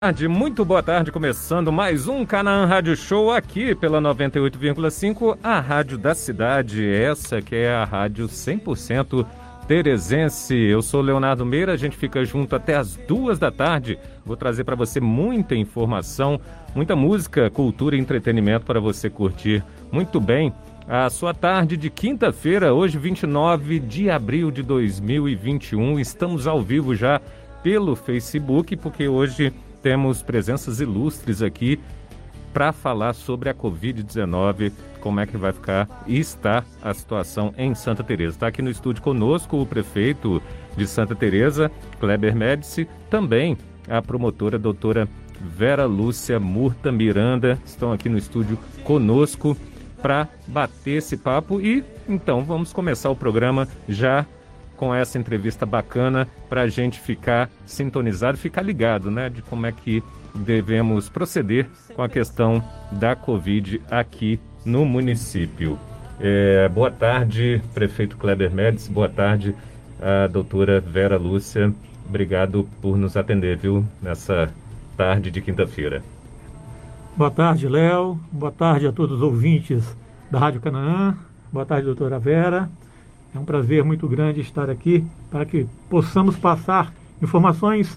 Muito boa tarde, começando mais um Canaã Rádio Show aqui pela 98,5, a rádio da cidade, essa que é a rádio 100% teresense. Eu sou Leonardo Meira, a gente fica junto até as 2 da tarde. Vou trazer para você muita informação, muita música, cultura e entretenimento para você curtir muito bem a sua tarde de quinta-feira, hoje 29 de abril de 2021. Estamos ao vivo já pelo Facebook, porque hoje temos presenças ilustres aqui para falar sobre a Covid-19, como é que vai ficar e está a situação em Santa Teresa. Está aqui no estúdio conosco o prefeito de Santa Teresa, Kleber Médici, também a promotora doutora Vera Lúcia Murta Miranda, estão aqui no estúdio conosco para bater esse papo e então vamos começar o programa já com essa entrevista bacana para a gente ficar sintonizado, ficar ligado, né, de como é que devemos proceder com a questão da Covid aqui no município. Boa tarde, prefeito Kleber Médici, boa tarde, a doutora Vera Lúcia, obrigado por nos atender, viu, nessa tarde de quinta-feira. Boa tarde, Léo, boa tarde a todos os ouvintes da Rádio Canaã, boa tarde, doutora Vera. É um prazer muito grande estar aqui para que possamos passar informações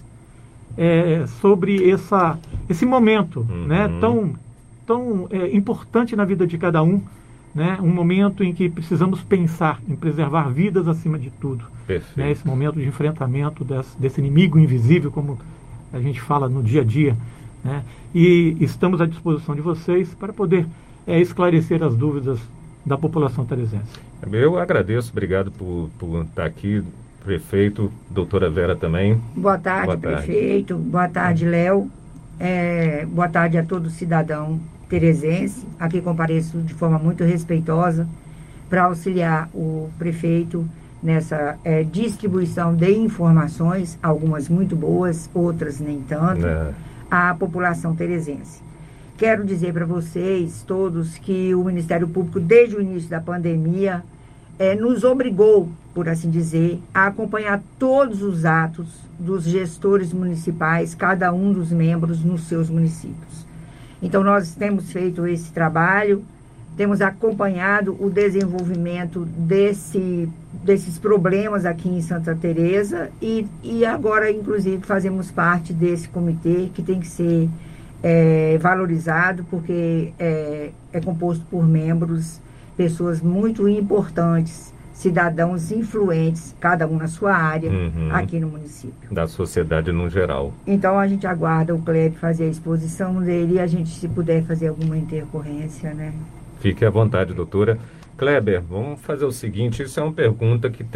sobre esse momento, né, tão importante na vida de cada um, né, um momento em que precisamos pensar em preservar vidas acima de tudo. Né, esse momento de enfrentamento desse inimigo invisível, como a gente fala no dia a dia, né, e estamos à disposição de vocês para poder esclarecer as dúvidas da população teresense. Eu agradeço, obrigado por estar aqui, prefeito, doutora Vera também. Boa tarde, prefeito, boa tarde, Léo, boa tarde a todo cidadão teresense. Aqui compareço de forma muito respeitosa para auxiliar o prefeito nessa distribuição de informações, algumas muito boas, outras nem tanto, à população teresense. Quero dizer para vocês todos que o Ministério Público, desde o início da pandemia, nos obrigou, por assim dizer, a acompanhar todos os atos dos gestores municipais, cada um dos membros nos seus municípios. Então, nós temos feito esse trabalho, temos acompanhado o desenvolvimento desses problemas aqui em Santa Teresa e agora, inclusive, fazemos parte desse comitê que tem que ser valorizado, porque é composto por membros, pessoas muito importantes, cidadãos influentes, cada um na sua área, aqui no município. Da sociedade no geral. Então a gente aguarda o Kleber fazer a exposição dele e a gente, se puder, fazer alguma intercorrência, né? Fique à vontade, doutora. Kleber, vamos fazer o seguinte, isso é uma pergunta que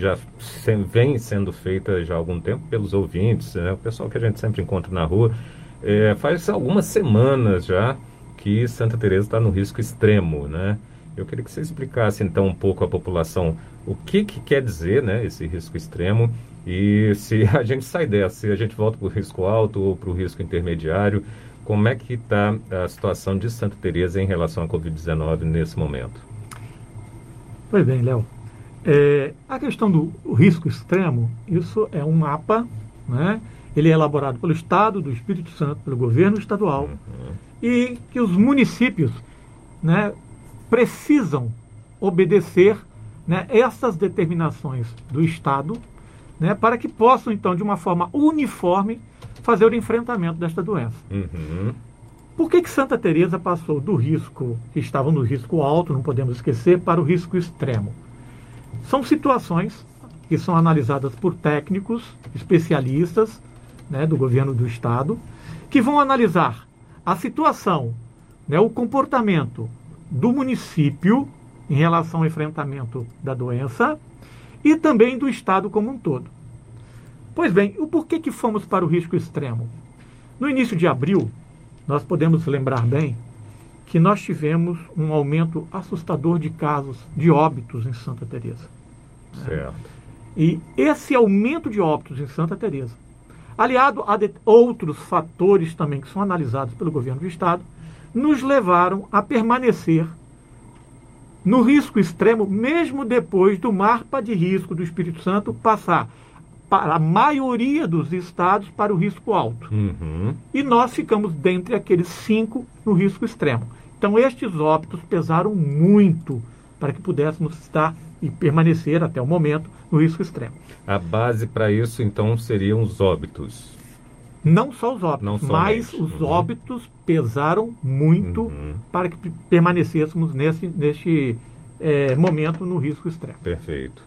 vem sendo feita já há algum tempo pelos ouvintes, né? O pessoal que a gente sempre encontra na rua. Faz algumas semanas já que Santa Teresa está no risco extremo, né? Eu queria que você explicasse então um pouco à população o que quer dizer, né, esse risco extremo e se a gente sai dessa, se a gente volta para o risco alto ou para o risco intermediário, como é que está a situação de Santa Teresa em relação à Covid-19 nesse momento? Pois bem, Léo. A questão do risco extremo, isso é um mapa, né? Ele é elaborado pelo Estado do Espírito Santo, pelo governo estadual, e que os municípios, né, precisam obedecer, né, essas determinações do Estado, né, para que possam, então, de uma forma uniforme, fazer o enfrentamento desta doença. Por que Santa Teresa passou do risco, que estava no risco alto, não podemos esquecer, para o risco extremo? São situações que são analisadas por técnicos, especialistas, né, do governo do Estado, que vão analisar a situação, né, o comportamento do município em relação ao enfrentamento da doença e também do Estado como um todo. Pois bem, o porquê que fomos para o risco extremo? No início de abril, nós podemos lembrar bem que nós tivemos um aumento assustador de casos de óbitos em Santa Teresa. Certo. E esse aumento de óbitos em Santa Teresa, aliado a outros fatores também que são analisados pelo governo do Estado, nos levaram a permanecer no risco extremo, mesmo depois do mapa de risco do Espírito Santo passar para a maioria dos estados para o risco alto. E nós ficamos dentre aqueles 5 no risco extremo. Então, estes óbitos pesaram muito para que pudéssemos estar e permanecer até o momento no risco extremo. A base para isso, então, seriam os óbitos. Não só os óbitos, mas os óbitos pesaram muito para que permanecêssemos neste momento no risco extremo. Perfeito.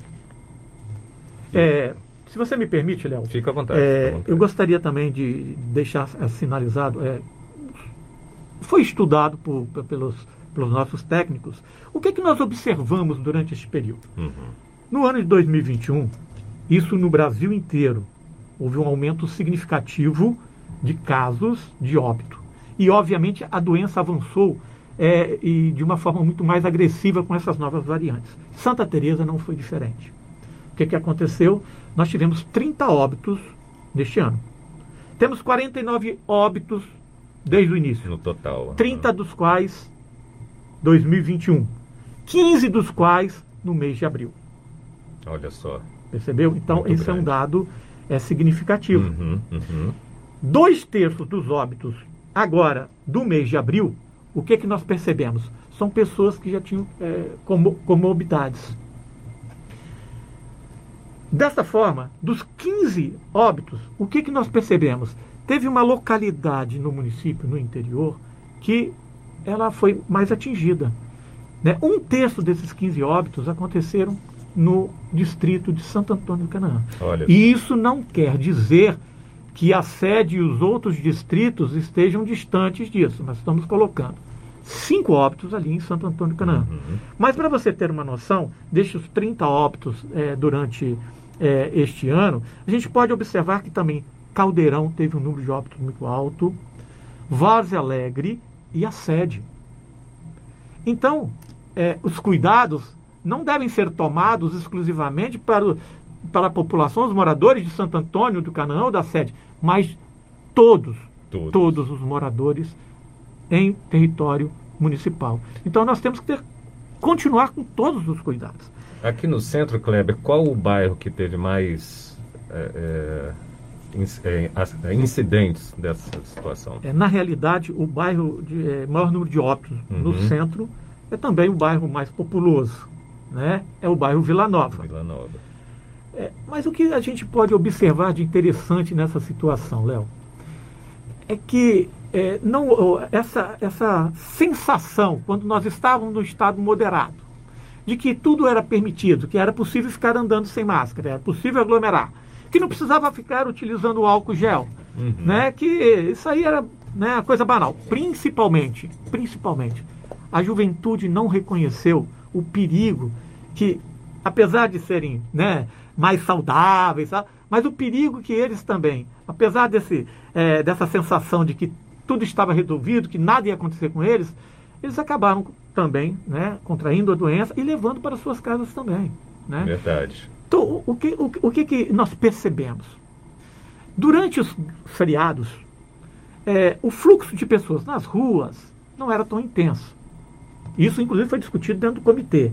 Se você me permite, Léo, fica à vontade, eu gostaria também de deixar sinalizado, foi estudado pelos nossos técnicos, o que nós observamos durante este período. No ano de 2021, isso no Brasil inteiro, houve um aumento significativo de casos de óbito. E, obviamente, a doença avançou e de uma forma muito mais agressiva com essas novas variantes. Santa Teresa não foi diferente. O que aconteceu? Nós tivemos 30 óbitos neste ano. Temos 49 óbitos desde o início. No total. 30 dos quais 2021. 15 dos quais no mês de abril. Olha só. Percebeu? Então, muito esse grande. é um dado significativo. 2/3 dos óbitos agora do mês de abril, o que nós percebemos? São pessoas que já tinham comorbidades. Dessa forma, dos 15 óbitos, o que nós percebemos? Teve uma localidade no município, no interior, que ela foi mais atingida. 1/3 desses 15 óbitos aconteceram no distrito de Santo Antônio do Canaã. E isso não quer dizer que a sede e os outros distritos estejam distantes disso. Nós estamos colocando 5 óbitos ali em Santo Antônio do Canaã. Mas para você ter uma noção, destes 30 óbitos durante este ano, a gente pode observar que também Caldeirão teve um número de óbitos muito alto, Várzea Alegre e a sede. Então, os cuidados não devem ser tomados exclusivamente para a população, os moradores de Santo Antônio do Canaã ou da sede, mas todos os moradores em território municipal. Então nós temos que continuar com todos os cuidados. Aqui no centro, Kleber, qual o bairro que teve mais incidentes dessa situação? Na realidade, o bairro de maior número de óbitos no centro é também o bairro mais populoso, é o bairro Vila Nova. Mas o que a gente pode observar de interessante nessa situação, Léo, é que essa sensação, quando nós estávamos no estado moderado, de que tudo era permitido, que era possível ficar andando sem máscara, era possível aglomerar, que não precisava ficar utilizando o álcool gel, que isso aí era a coisa banal. Principalmente, a juventude não reconheceu o perigo que, apesar de serem mais saudáveis, mas o perigo que eles também, apesar dessa sensação de que tudo estava resolvido, que nada ia acontecer com eles acabaram também contraindo a doença e levando para suas casas também. Verdade. Então, o que nós percebemos? Durante os feriados, o fluxo de pessoas nas ruas não era tão intenso. Isso, inclusive, foi discutido dentro do comitê.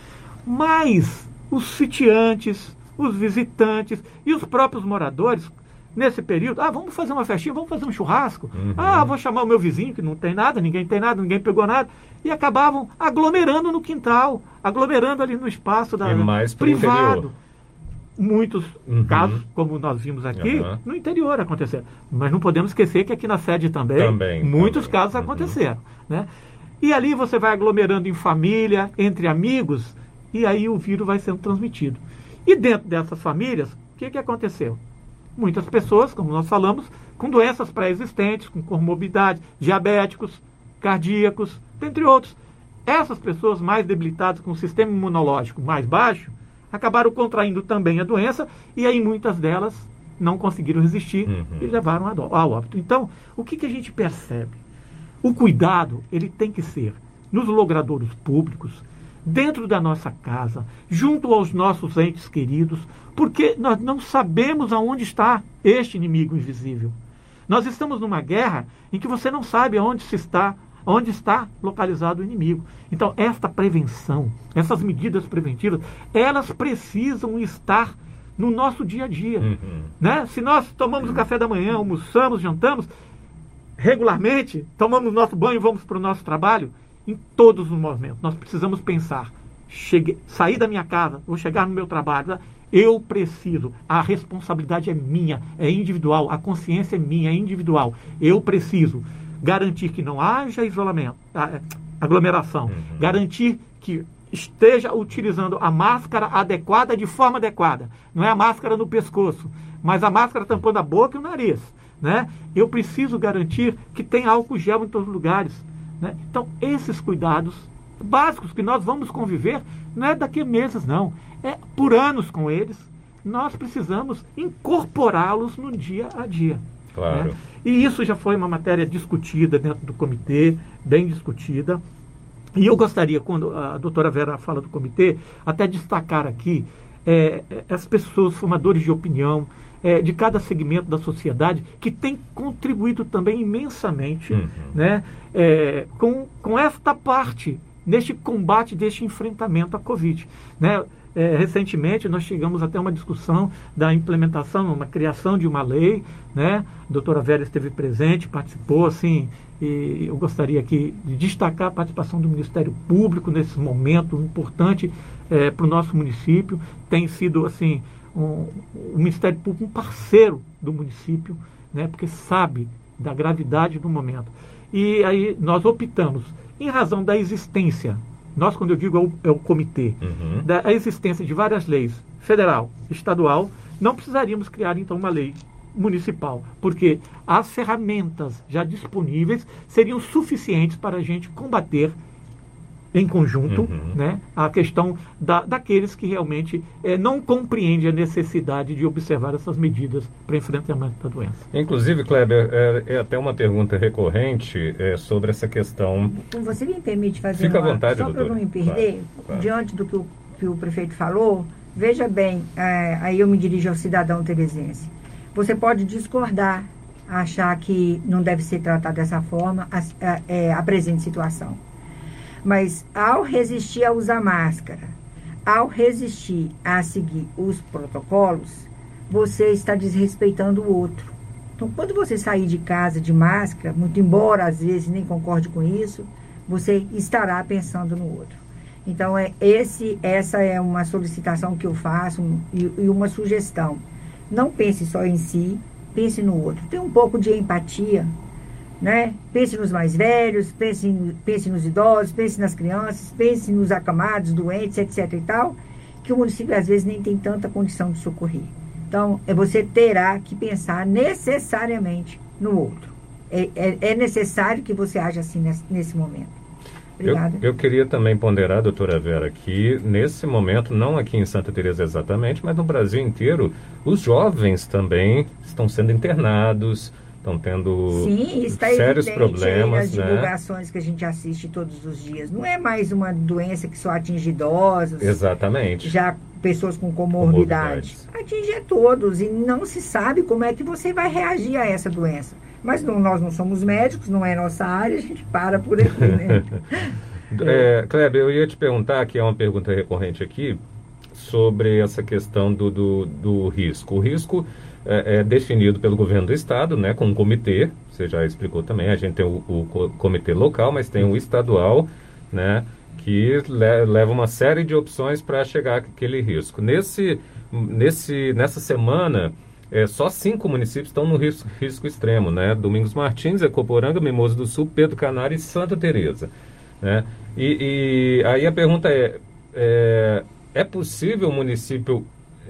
Mas os sitiantes, os visitantes e os próprios moradores, nesse período, vamos fazer uma festinha, vamos fazer um churrasco, vou chamar o meu vizinho, que não tem nada, ninguém pegou nada, e acabavam aglomerando no quintal, aglomerando ali no espaço privado. Muitos casos, como nós vimos aqui, no interior aconteceram. Mas não podemos esquecer que aqui na sede também muitos casos aconteceram. E ali você vai aglomerando em família, entre amigos, e aí o vírus vai sendo transmitido. E dentro dessas famílias, o que aconteceu? Muitas pessoas, como nós falamos, com doenças pré-existentes, com comorbidade, diabéticos, cardíacos, entre outros. Essas pessoas mais debilitadas, com o sistema imunológico mais baixo, acabaram contraindo também a doença, e aí muitas delas não conseguiram resistir e levaram ao óbito. Então, o que a gente percebe? O cuidado, ele tem que ser nos logradouros públicos, dentro da nossa casa, junto aos nossos entes queridos, porque nós não sabemos aonde está este inimigo invisível. Nós estamos numa guerra em que você não sabe onde está localizado o inimigo. Então, esta prevenção, essas medidas preventivas, elas precisam estar no nosso dia a dia. Né? Se nós tomamos o café da manhã, almoçamos, jantamos, regularmente, tomamos nosso banho e vamos para o nosso trabalho, em todos os momentos, nós precisamos pensar, sair da minha casa, vou chegar no meu trabalho, eu preciso, a responsabilidade é minha, é individual, a consciência é minha, é individual, eu preciso garantir que não haja isolamento, aglomeração, garantir que esteja utilizando a máscara adequada de forma adequada. Não é a máscara no pescoço, mas a máscara tampando a boca e o nariz. Né? Eu preciso garantir que tem álcool gel em todos os lugares. Né? Então, esses cuidados básicos que nós vamos conviver, não é daqui a meses, não. É por anos com eles. Nós precisamos incorporá-los no dia a dia. Claro. Né? E isso já foi uma matéria discutida dentro do comitê, bem discutida. E eu gostaria, quando a doutora Vera fala do comitê, até destacar aqui as pessoas, formadores de opinião, de cada segmento da sociedade, que têm contribuído também imensamente né, com esta parte, neste combate, deste enfrentamento à Covid. Né? Recentemente, nós chegamos até uma discussão da implementação, uma criação de uma lei, né? A doutora Vera esteve presente, participou, assim, e eu gostaria aqui de destacar a participação do Ministério Público nesse momento importante para o nosso município. Tem sido, assim, o Ministério Público um parceiro do município, né? Porque sabe da gravidade do momento. E aí nós optamos, em razão da existência, nós, quando eu digo é o comitê, da existência de várias leis, federal, estadual, não precisaríamos criar, então, uma lei municipal, porque as ferramentas já disponíveis seriam suficientes para a gente combater em conjunto né, a questão daqueles que realmente não compreendem a necessidade de observar essas medidas para enfrentamento da doença. Inclusive, Kleber, é até uma pergunta recorrente sobre essa questão. Você me permite fazer Fica à vontade, só para eu não me perder, claro. Diante do que o prefeito falou, veja bem, aí eu me dirijo ao cidadão teresense. Você pode discordar, achar que não deve ser tratado dessa forma a presente situação. Mas ao resistir a usar máscara, ao resistir a seguir os protocolos, você está desrespeitando o outro. Então, quando você sair de casa de máscara, muito embora às vezes nem concorde com isso, você estará pensando no outro. Então, essa é uma solicitação que eu faço e uma sugestão. Não pense só em si, pense no outro. Tenha um pouco de empatia. Né? Pense nos mais velhos, pense nos idosos, pense nas crianças, pense nos acamados, doentes, etc. e tal, que o município às vezes nem tem tanta condição de socorrer. Então, você terá que pensar necessariamente no outro. É necessário que você haja assim nesse momento. Obrigada. Eu queria também ponderar, doutora Vera, que nesse momento, não aqui em Santa Teresa exatamente, mas no Brasil inteiro, os jovens também estão sendo internados, estão tendo sérios problemas. Nas divulgações que a gente assiste todos os dias. Não é mais uma doença que só atinge idosos. Exatamente. Já pessoas com comorbidade. Atinge a todos e não se sabe como é que você vai reagir a essa doença. Mas nós não somos médicos, não é nossa área, a gente para por aqui, né? Kleber, eu ia te perguntar, que é uma pergunta recorrente aqui, sobre essa questão do risco. O risco é definido pelo governo do estado, né, com um comitê, você já explicou também, a gente tem o comitê local, mas tem o estadual, né, que leva uma série de opções para chegar àquele risco. Nessa semana, só 5 municípios estão no risco extremo, né, Domingos Martins, Ecoporanga, Mimoso do Sul, Pedro Canário e Santa Teresa, né, e aí a pergunta é possível o município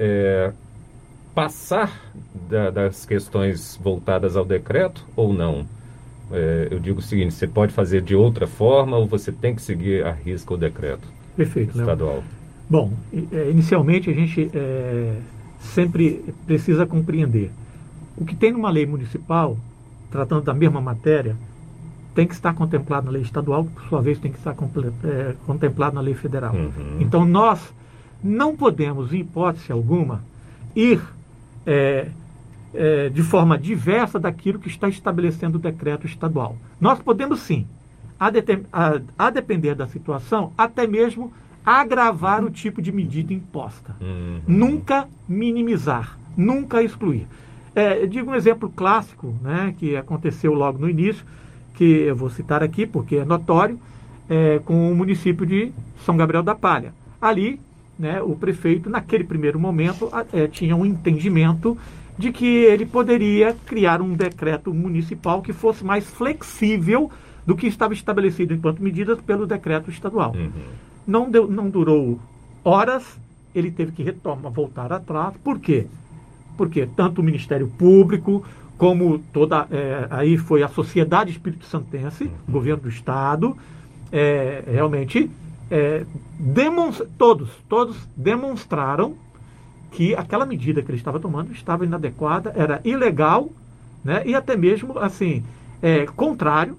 passar das questões voltadas ao decreto ou não? Eu digo o seguinte, você pode fazer de outra forma ou você tem que seguir à risca o decreto estadual? Léo. Bom, inicialmente a gente sempre precisa compreender. O que tem numa lei municipal, tratando da mesma matéria, tem que estar contemplado na lei estadual, por sua vez tem que estar contemplado na lei federal. Então nós não podemos, em hipótese alguma, ir de forma diversa daquilo que está estabelecendo o decreto estadual. Nós podemos sim, a depender da situação, até mesmo agravar o tipo de medida imposta. Nunca minimizar, nunca excluir. Digo um exemplo clássico, né, que aconteceu logo no início, que eu vou citar aqui porque é notório, com o município de São Gabriel da Palha. Ali, né, o prefeito, naquele primeiro momento, tinha um entendimento de que ele poderia criar um decreto municipal que fosse mais flexível do que estava estabelecido enquanto medidas pelo decreto estadual. Não durou horas, ele teve que voltar atrás. Por quê? Porque tanto o Ministério Público, como aí foi a Sociedade Espírito Santense, o governo do Estado, realmente todos demonstraram que aquela medida que ele estava tomando estava inadequada, era ilegal, né, e até mesmo assim, contrário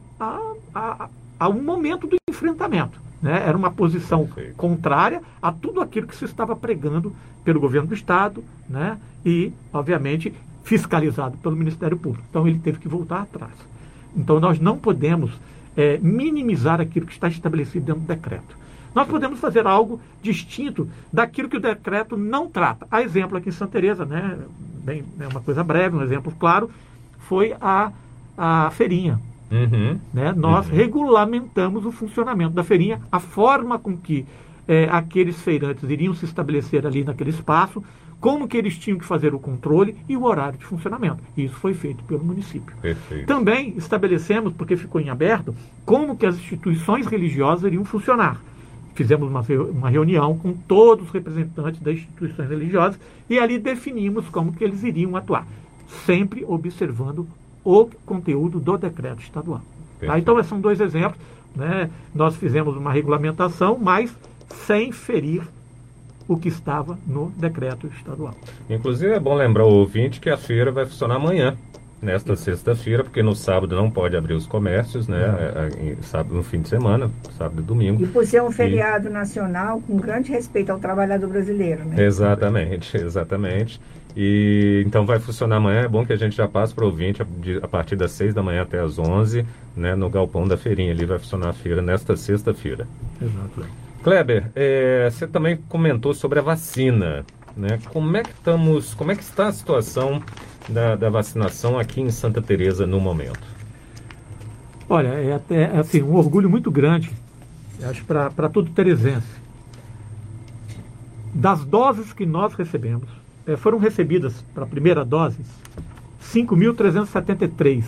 a um momento do enfrentamento. Né? Era uma posição contrária a tudo aquilo que se estava pregando pelo governo do Estado, né? E, obviamente, fiscalizado pelo Ministério Público. Então, ele teve que voltar atrás. Então, nós não podemos minimizar aquilo que está estabelecido dentro do decreto. Nós podemos fazer algo distinto daquilo que o decreto não trata. A exemplo aqui em Santa Teresa, né? Bem, é uma coisa breve, um exemplo claro, foi a feirinha. Né? Nós regulamentamos o funcionamento da feirinha, a forma com que aqueles feirantes iriam se estabelecer ali naquele espaço, como que eles tinham que fazer o controle e o horário de funcionamento. Isso foi feito pelo município. Perfeito. Também estabelecemos, porque ficou em aberto, como que as instituições religiosas iriam funcionar. Fizemos uma reunião com todos os representantes das instituições religiosas e ali definimos como que eles iriam atuar, sempre observando o conteúdo do decreto estadual. Tá? Então, esses são dois exemplos. Né? Nós fizemos uma regulamentação, mas sem ferir o que estava no decreto estadual. Inclusive, é bom lembrar o ouvinte que a feira vai funcionar amanhã, nesta sexta-feira, porque no sábado não pode abrir os comércios, né? Sábado, no fim de semana, sábado e domingo. E por ser um feriado nacional, com grande respeito ao trabalhador brasileiro, né? Exatamente. E então vai funcionar amanhã. É bom que a gente já passe para o ouvinte a partir das 6 da manhã até as 11, né, no galpão da feirinha. Ali vai funcionar a feira nesta sexta-feira. Exato. Kleber, você também comentou sobre a vacina, né? Como é que está a situação da vacinação aqui em Santa Teresa no momento? Olha, é até assim, um orgulho muito grande, acho, para todo teresense. Das doses que nós recebemos, foram recebidas para a primeira dose 5.373.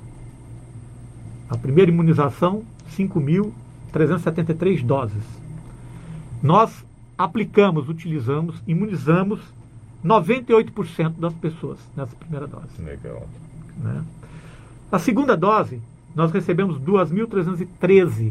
A primeira imunização, 5.373 doses. Nós aplicamos, utilizamos, imunizamos 98% das pessoas nessa primeira dose. Legal. Né? A segunda dose, nós recebemos 2.313.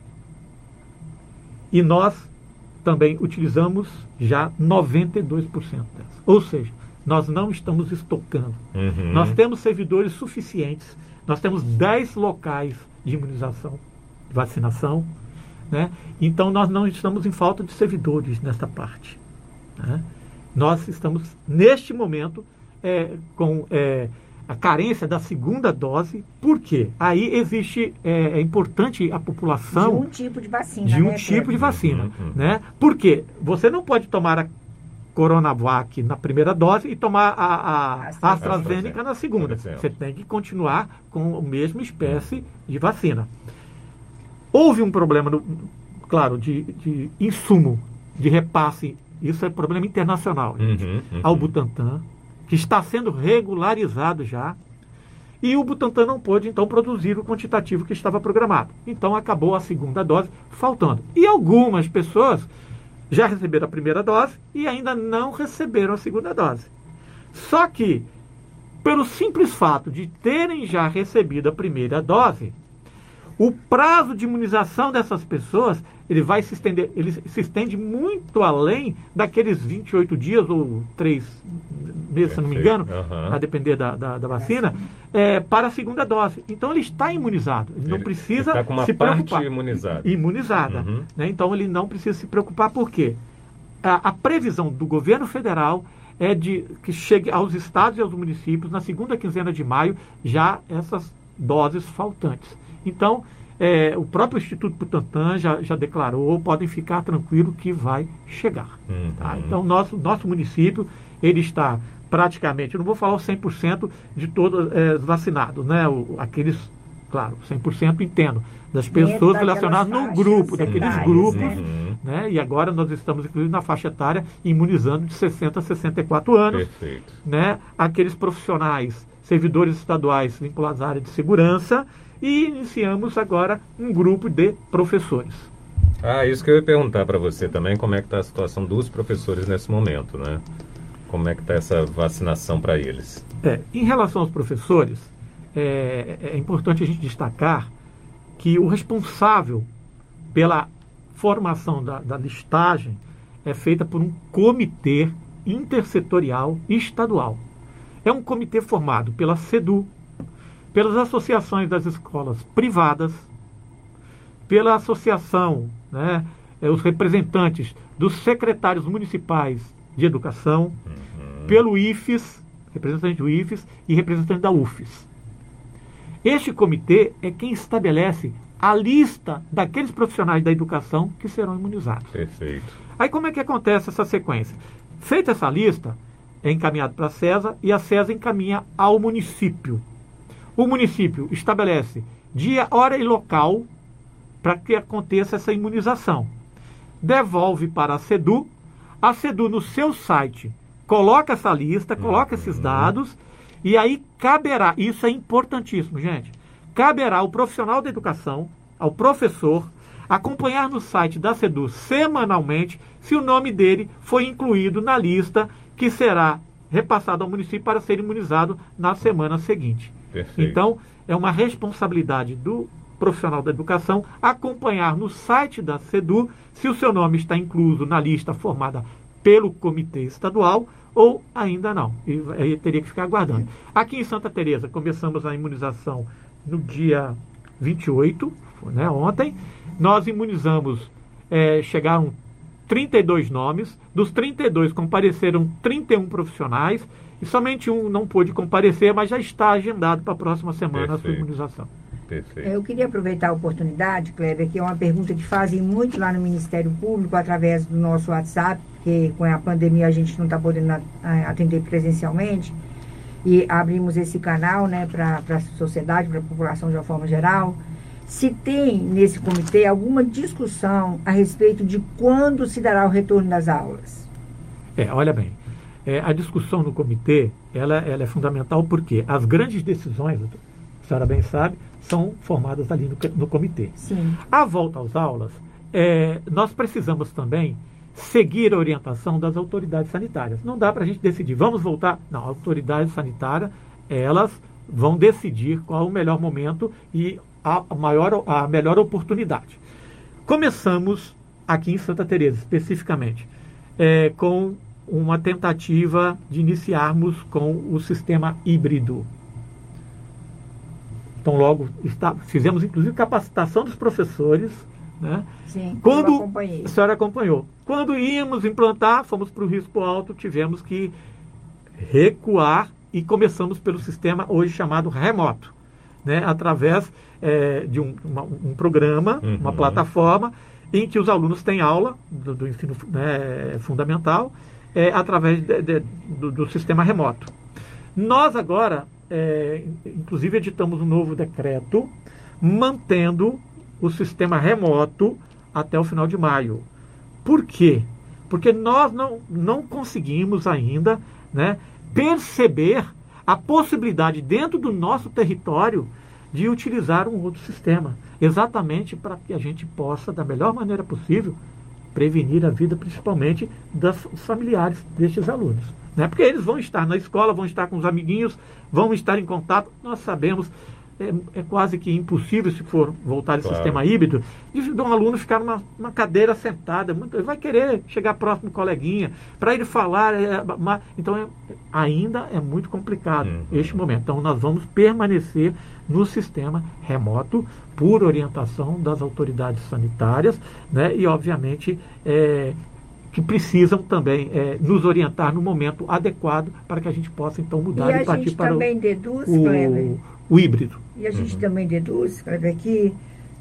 E nós também utilizamos já 92% dessa. Ou seja, nós não estamos estocando. Nós temos servidores suficientes. Nós temos 10 locais de imunização, de vacinação. Né? Então, nós não estamos em falta de servidores nessa parte. Né? Nós estamos, neste momento, com a carência da segunda dose. Por quê? Aí existe, é importante a população... De um tipo de vacina. De um tipo de vacina. Né? Por quê? Você não pode tomar a Coronavac na primeira dose e tomar a AstraZeneca na segunda. Você tem que continuar com a mesma espécie de vacina. Houve um problema, claro, de insumo, de repasse. Isso é problema internacional. Ao Butantan, que está sendo regularizado já. E o Butantan não pôde, então, produzir o quantitativo que estava programado. Então, acabou a segunda dose faltando. E algumas pessoas já receberam a primeira dose e ainda não receberam a segunda dose. Só que, pelo simples fato de terem já recebido a primeira dose, o prazo de imunização dessas pessoas, ele se estende muito além daqueles 28 dias ou 3 meses, se não me engano, a depender da vacina, para a segunda dose. Então, ele está imunizado. Ele não precisa está com uma se preocupar. Parte imunizada. Né? Então, ele não precisa se preocupar. Por quê? A previsão do governo federal é de que chegue aos estados e aos municípios, na segunda quinzena de maio, já essas doses faltantes. Então, o próprio Instituto Butantan já declarou, podem ficar tranquilos que vai chegar. Tá? Então, nosso município, ele está praticamente, eu não vou falar o 100% de todos vacinados, né? Aqueles, claro, 100% entendo, das pessoas relacionadas no grupo, daqueles grupos, né? E agora nós estamos, inclusive, na faixa etária, imunizando de 60 a 64 anos. Perfeito. Né? Aqueles profissionais, servidores estaduais vinculados à área de segurança, e iniciamos agora um grupo de professores. Isso que eu ia perguntar para você também, como é que está a situação dos professores nesse momento, né? Como é que está essa vacinação para eles? Em relação aos professores, é importante a gente destacar que o responsável pela formação da listagem é feita por um comitê intersetorial estadual. É um comitê formado pela SEDU, pelas associações das escolas privadas, pela associação, né, os representantes dos secretários municipais de educação, pelo IFES, representante do IFES e representante da UFES. Este comitê é quem estabelece a lista daqueles profissionais da educação que serão imunizados. Perfeito. Aí como é que acontece essa sequência? Feita essa lista, é encaminhado para a CESA e a CESA encaminha ao município. O município estabelece dia, hora e local para que aconteça essa imunização. Devolve para a SEDU no seu site coloca essa lista, coloca esses dados, e aí caberá, isso é importantíssimo, gente, caberá ao profissional da educação, ao professor, acompanhar no site da SEDU semanalmente se o nome dele foi incluído na lista que será repassado ao município para ser imunizado na semana seguinte. Perfeito. Então, é uma responsabilidade do profissional da educação acompanhar no site da SEDU se o seu nome está incluso na lista formada pelo comitê estadual ou ainda não. E aí teria que ficar aguardando. Aqui em Santa Teresa começamos a imunização no dia 28, né, ontem. Nós imunizamos, chegaram 32 nomes. Dos 32 compareceram 31 profissionais e somente um não pôde comparecer, mas já está agendado para a próxima semana a sua imunização. Perfeito. Eu queria aproveitar a oportunidade, Kleber, que é uma pergunta que fazem muito lá no Ministério Público através do nosso WhatsApp, porque com a pandemia a gente não está podendo atender presencialmente, e abrimos esse canal, né, para a sociedade, para a população de uma forma geral. Se tem nesse comitê alguma discussão a respeito de quando se dará o retorno das aulas? Olha bem, a discussão no comitê, ela é fundamental porque as grandes decisões, a senhora bem sabe, são formadas ali no comitê. Sim. A volta às aulas, nós precisamos também seguir a orientação das autoridades sanitárias. Não dá para a gente decidir, vamos voltar? Não, a autoridade sanitária, elas vão decidir qual o melhor momento e a melhor oportunidade. Começamos aqui em Santa Teresa, especificamente, com uma tentativa de iniciarmos com o sistema híbrido. Então, logo, fizemos, inclusive, capacitação dos professores. Né? Sim, quando eu acompanhei. A senhora acompanhou. Quando íamos implantar, fomos para o risco alto, tivemos que recuar e começamos pelo sistema hoje chamado remoto, né? Através de um programa, uma plataforma, em que os alunos têm aula do ensino fundamental através do sistema remoto. Nós agora, inclusive, editamos um novo decreto mantendo o sistema remoto até o final de maio. Por quê? Porque nós não conseguimos ainda, né, perceber a possibilidade dentro do nosso território de utilizar um outro sistema, exatamente para que a gente possa, da melhor maneira possível, prevenir a vida, principalmente dos familiares destes alunos. Né? Porque eles vão estar na escola, vão estar com os amiguinhos, vão estar em contato. Nós sabemos, é quase que impossível, se for voltar ao sistema híbrido, de um aluno ficar numa cadeira sentada. Ele vai querer chegar próximo do coleguinha, para ele falar. Então, ainda é muito complicado este momento. Então, nós vamos permanecer no sistema remoto, por orientação das autoridades sanitárias, né? E, obviamente, que precisam também nos orientar no momento adequado para que a gente possa, então, mudar e partir para deduz, Kleber, o híbrido. E a gente também deduz, Kleber, que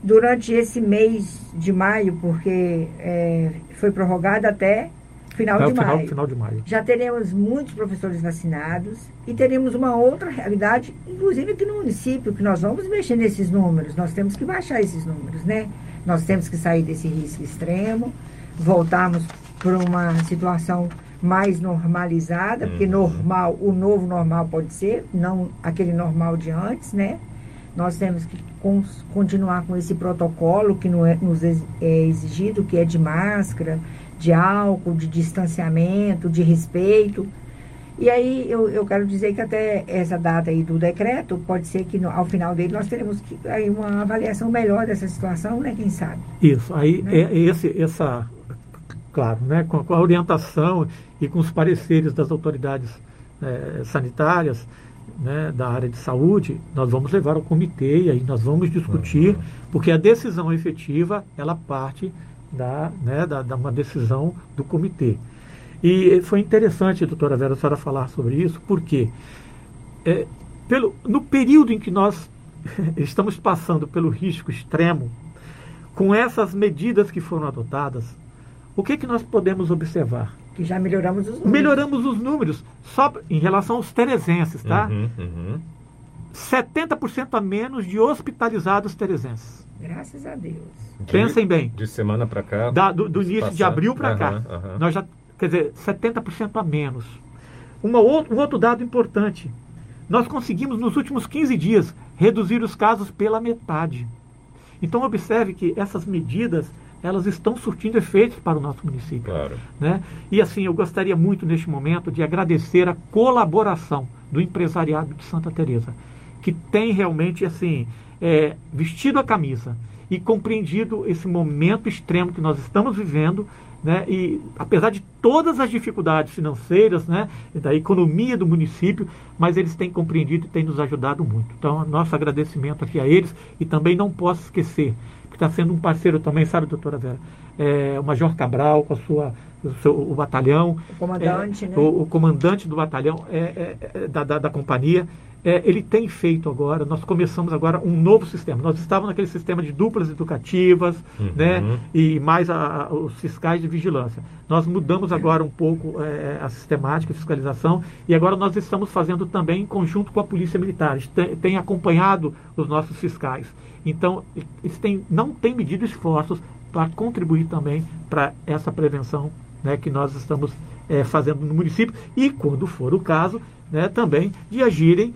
durante esse mês de maio, porque foi prorrogado até final de maio. Já teremos muitos professores vacinados e teremos uma outra realidade, inclusive aqui no município, que nós vamos mexer nesses números, nós temos que baixar esses números, né? Nós temos que sair desse risco extremo, voltarmos para uma situação mais normalizada, porque normal, o novo normal pode ser, não aquele normal de antes, né? Nós temos que continuar com esse protocolo que nos é exigido, que é de máscara, de álcool, de distanciamento, de respeito. E aí eu quero dizer que até essa data aí do decreto, pode ser que ao final dele nós teremos aí uma avaliação melhor dessa situação, né? Quem sabe? Isso, aí né? Claro, né? Com a orientação e com os pareceres das autoridades sanitárias, né, da área de saúde, nós vamos levar ao comitê e aí nós vamos discutir, porque a decisão efetiva, ela parte da uma decisão do comitê. E foi interessante, doutora Vera, a senhora falar sobre isso, porque no período em que nós estamos passando pelo risco extremo, com essas medidas que foram adotadas, o que nós podemos observar? Que já melhoramos os números. Melhoramos os números, só em relação aos teresenses, tá? 70% a menos de hospitalizados teresenses. Graças a Deus. Pensem bem. De semana para cá. Do início de abril para cá. Nós já, quer dizer, 70% a menos. Um outro dado importante. Nós conseguimos, nos últimos 15 dias, reduzir os casos pela metade. Então, observe que essas medidas, elas estão surtindo efeitos para o nosso município. Claro. Né? E assim, eu gostaria muito, neste momento, de agradecer a colaboração do empresariado de Santa Teresa, que tem realmente, assim, vestido a camisa e compreendido esse momento extremo que nós estamos vivendo, né? E apesar de todas as dificuldades financeiras, né, da economia do município, mas eles têm compreendido e têm nos ajudado muito. Então, nosso agradecimento aqui a eles, e também não posso esquecer que está sendo um parceiro também, sabe, doutora Vera? O Major Cabral, com o batalhão. O comandante, né? O comandante do batalhão da companhia. Ele tem feito agora, nós começamos agora um novo sistema. Nós estávamos naquele sistema de duplas educativas, né, e mais os fiscais de vigilância. Nós mudamos agora um pouco a sistemática, a fiscalização, e agora nós estamos fazendo também em conjunto com a Polícia Militar. Tem acompanhado os nossos fiscais. Então, eles não têm medido esforços para contribuir também para essa prevenção, né, que nós estamos fazendo no município, e quando for o caso, né, também de agirem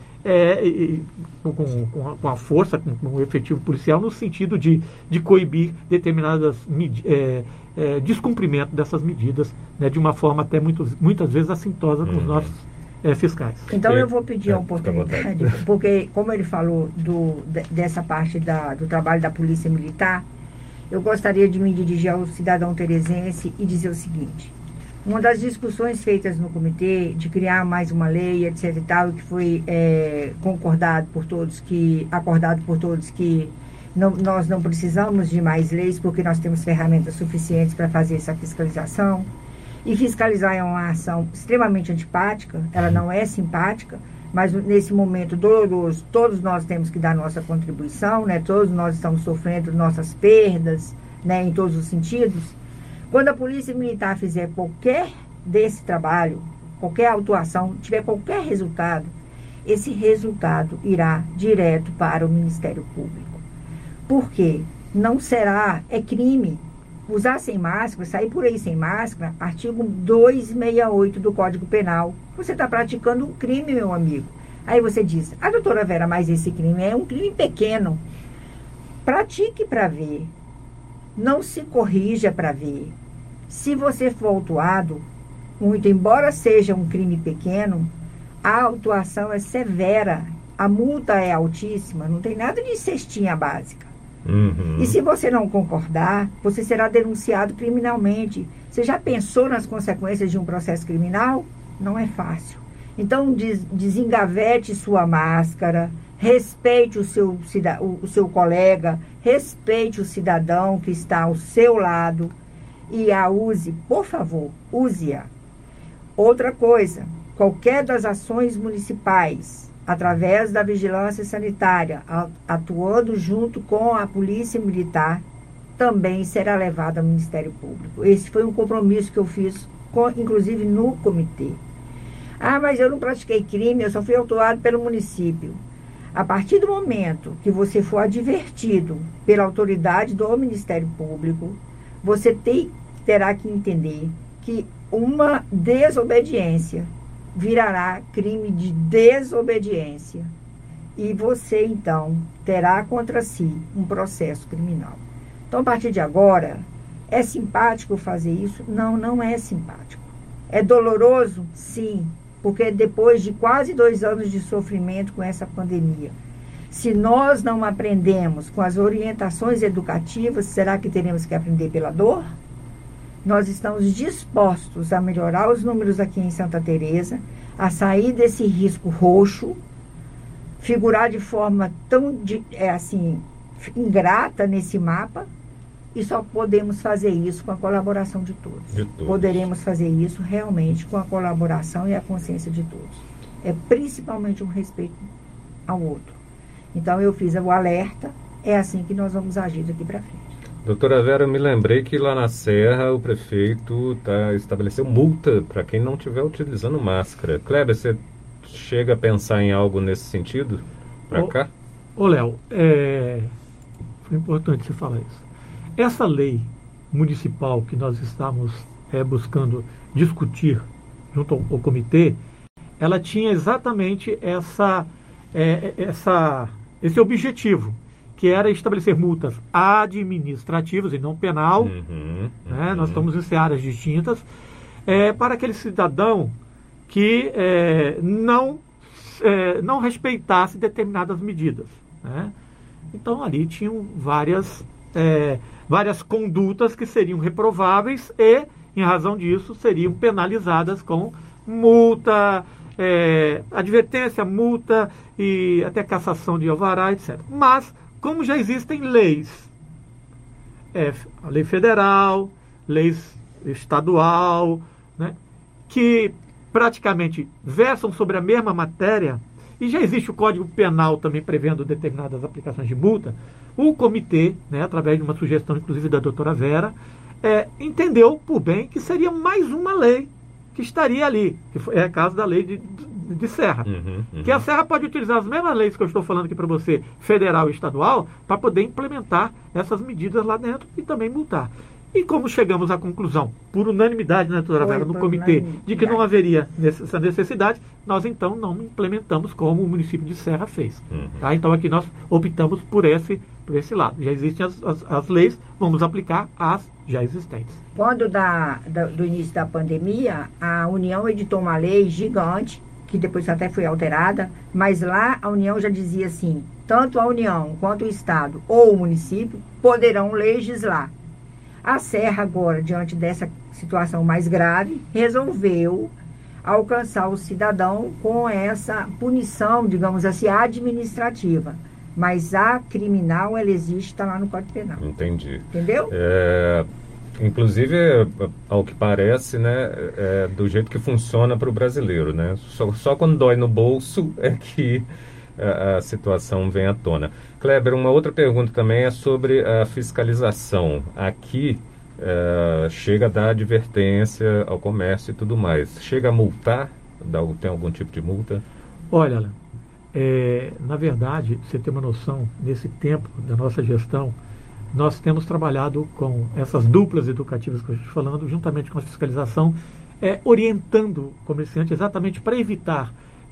com a força, com o efetivo policial, no sentido de coibir determinadas descumprimento dessas medidas, né, de uma forma até muitas vezes assintosa com os nossos fiscais. Então eu vou pedir a oportunidade, porque como ele falou dessa parte do trabalho da Polícia Militar, eu gostaria de me dirigir ao cidadão teresense e dizer o seguinte: uma das discussões feitas no comitê de criar mais uma lei, etc. e tal, que foi acordado por todos que nós não precisamos de mais leis, porque nós temos ferramentas suficientes para fazer essa fiscalização. E fiscalizar é uma ação extremamente antipática, ela não é simpática, mas nesse momento doloroso, todos nós temos que dar nossa contribuição, né? Todos nós estamos sofrendo nossas perdas, né? Em todos os sentidos. Quando a Polícia Militar fizer qualquer desse trabalho, qualquer autuação, tiver qualquer resultado, esse resultado irá direto para o Ministério Público. Por quê? Não será, é crime. Usar sem máscara, sair por aí sem máscara, artigo 268 do Código Penal. Você está praticando um crime, meu amigo. Aí você diz: doutora Vera, mas esse crime é um crime pequeno. Pratique para ver. Não se corrija para ver. Se você for autuado, muito embora seja um crime pequeno, a autuação é severa, a multa é altíssima, não tem nada de cestinha básica. E se você não concordar, você será denunciado criminalmente. Você já pensou nas consequências de um processo criminal? Não é fácil. Então, desengavete sua máscara, respeite o seu colega, respeite o cidadão que está ao seu lado e a use, por favor, use-a. Outra coisa, qualquer das ações municipais através da vigilância sanitária, atuando junto com a Polícia Militar, também será levado ao Ministério Público. Esse foi um compromisso que eu fiz, inclusive no comitê. Ah, mas eu não pratiquei crime, eu só fui autuado pelo município. A partir do momento que você for advertido pela autoridade do Ministério Público, você terá que entender que uma desobediência virará crime de desobediência. E você, então, terá contra si um processo criminal. Então, a partir de agora, é simpático fazer isso? Não, não é simpático. É doloroso? Sim, porque depois de quase 2 anos de sofrimento com essa pandemia, se nós não aprendemos com as orientações educativas, será que teremos que aprender pela dor? Nós estamos dispostos a melhorar os números aqui em Santa Teresa, a sair desse risco roxo, figurar de forma tão ingrata nesse mapa, e só podemos fazer isso com a colaboração de todos. Poderemos fazer isso realmente com a colaboração e a consciência de todos. É principalmente um respeito ao outro. Então eu fiz o alerta, é assim que nós vamos agir daqui para frente. Doutora Vera, eu me lembrei que lá na Serra o prefeito estabeleceu multa para quem não estiver utilizando máscara. Kleber, você chega a pensar em algo nesse sentido para cá? Ô Léo, foi importante você falar isso. Essa lei municipal que nós estamos buscando discutir junto ao comitê, ela tinha exatamente esse objetivo, que era estabelecer multas administrativas e não penal, né? Nós estamos em searas distintas, para aquele cidadão que não respeitasse determinadas medidas, né? Então ali tinham várias condutas que seriam reprováveis e, em razão disso, seriam penalizadas com multa, advertência, multa e até cassação de alvará, etc. Mas, como já existem leis, a lei federal, leis estadual, né, que praticamente versam sobre a mesma matéria, e já existe o Código Penal também prevendo determinadas aplicações de multa, o comitê, né, através de uma sugestão, inclusive da doutora Vera, entendeu por bem que seria mais uma lei que estaria ali, que é o caso da lei de Serra. Que a Serra pode utilizar as mesmas leis que eu estou falando aqui para você, federal e estadual, para poder implementar essas medidas lá dentro e também multar. E como chegamos à conclusão, por unanimidade, né, doutora Vera, no comitê, de que não haveria essa necessidade, nós então não implementamos como o município de Serra fez. Tá? Então aqui nós optamos por esse lado. Já existem as leis, vamos aplicar as já existentes. Quando do início da pandemia, a União editou uma lei gigante, que depois até foi alterada, mas lá a União já dizia assim, tanto a União quanto o Estado ou o município poderão legislar. A Serra agora, diante dessa situação mais grave, resolveu alcançar o cidadão com essa punição, digamos assim, administrativa. Mas a criminal, ela existe, está lá no Código Penal. Entendi. Entendeu? Inclusive, ao que parece, né, do jeito que funciona para o brasileiro, né? Só quando dói no bolso é que a situação vem à tona. Kleber, uma outra pergunta também é sobre a fiscalização. Aqui chega a dar advertência ao comércio e tudo mais. Chega a multar? Tem algum tipo de multa? Olha, na verdade, você tem uma noção, nesse tempo da nossa gestão, nós temos trabalhado com essas duplas educativas que eu estou falando, juntamente com a fiscalização, orientando o comerciante exatamente para evitar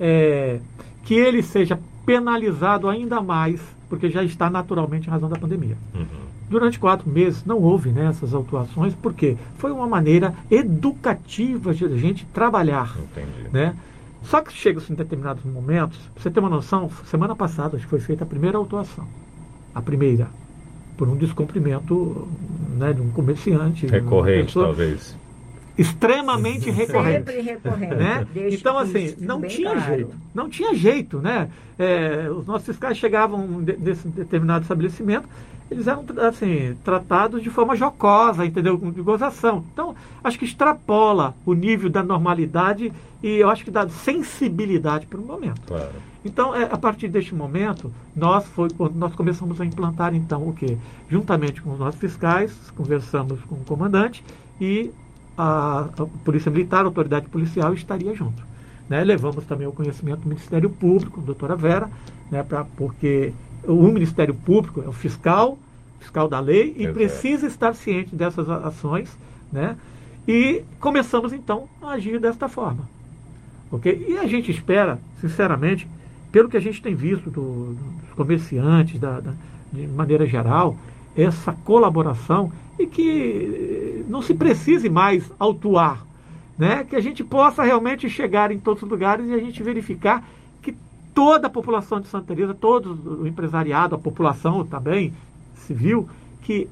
que ele seja penalizado ainda mais, porque já está naturalmente em razão da pandemia. Durante 4 meses não houve, né, essas autuações, porque foi uma maneira educativa de a gente trabalhar. Né? Só que chega-se em determinados momentos, para você ter uma noção, semana passada acho que foi feita a primeira autuação. A primeira, por um descumprimento, né, de um comerciante. Recorrente, talvez. Extremamente recorrente. Sempre recorrente. Né? Então, assim, não tinha jeito. Não tinha jeito, né? Os nossos fiscais chegavam desse determinado estabelecimento, eles eram, assim, tratados de forma jocosa, entendeu? De gozação. Então, acho que extrapola o nível da normalidade e eu acho que da sensibilidade por um momento. Claro. Então, a partir deste momento, nós começamos a implantar, então, o quê? Juntamente com os nossos fiscais, conversamos com o comandante e a Polícia Militar, a autoridade policial, estaria junto. Né? Levamos também o conhecimento do Ministério Público, doutora Vera, né, porque o Ministério Público é o fiscal da lei, e precisa estar ciente dessas ações, né? E começamos, então, a agir desta forma. Okay? E a gente espera, sinceramente, pelo que a gente tem visto dos comerciantes, de maneira geral, essa colaboração, e que não se precise mais autuar, né? Que a gente possa realmente chegar em todos os lugares e a gente verificar que toda a população de Santa Teresa, todo o empresariado, a população também civil, que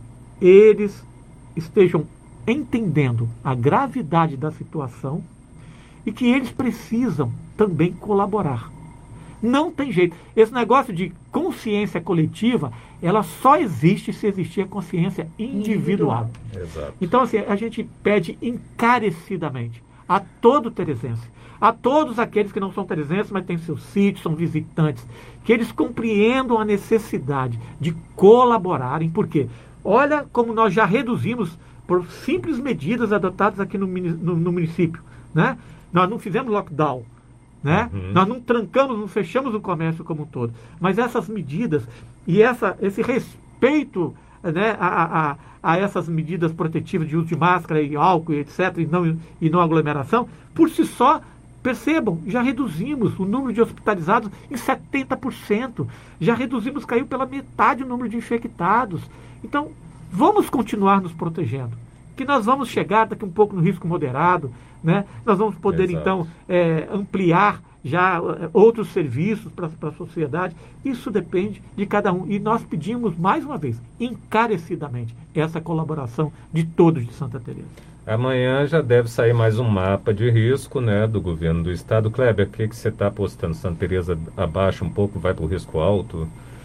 eles estejam entendendo a gravidade da situação e que eles precisam também colaborar. Não tem jeito. Esse negócio de consciência coletiva, ela só existe se existir a consciência individual. Exato. Então, assim, a gente pede encarecidamente a todo teresense, a todos aqueles que não são teresenses, mas têm seus sítios, são visitantes, que eles compreendam a necessidade de colaborarem. Por quê? Olha como nós já reduzimos por simples medidas adotadas aqui no município, né? Nós não fizemos lockdown, né? Nós não trancamos, não fechamos o comércio como um todo. Mas essas medidas e esse respeito, né, a essas medidas protetivas de uso de máscara e álcool, etc., e não aglomeração, por si só, percebam, já reduzimos o número de hospitalizados em 70%. Já reduzimos, caiu pela metade o número de infectados. Então, vamos continuar nos protegendo, que nós vamos chegar daqui um pouco no risco moderado, né? Nós vamos poder, então, ampliar já outros serviços para a sociedade. Isso depende de cada um. E nós pedimos, mais uma vez, encarecidamente, essa colaboração de todos de Santa Teresa. Amanhã já deve sair mais um mapa de risco, né, do governo do estado. Kleber, o que você está apostando? Santa Teresa abaixa um pouco, vai para o risco alto?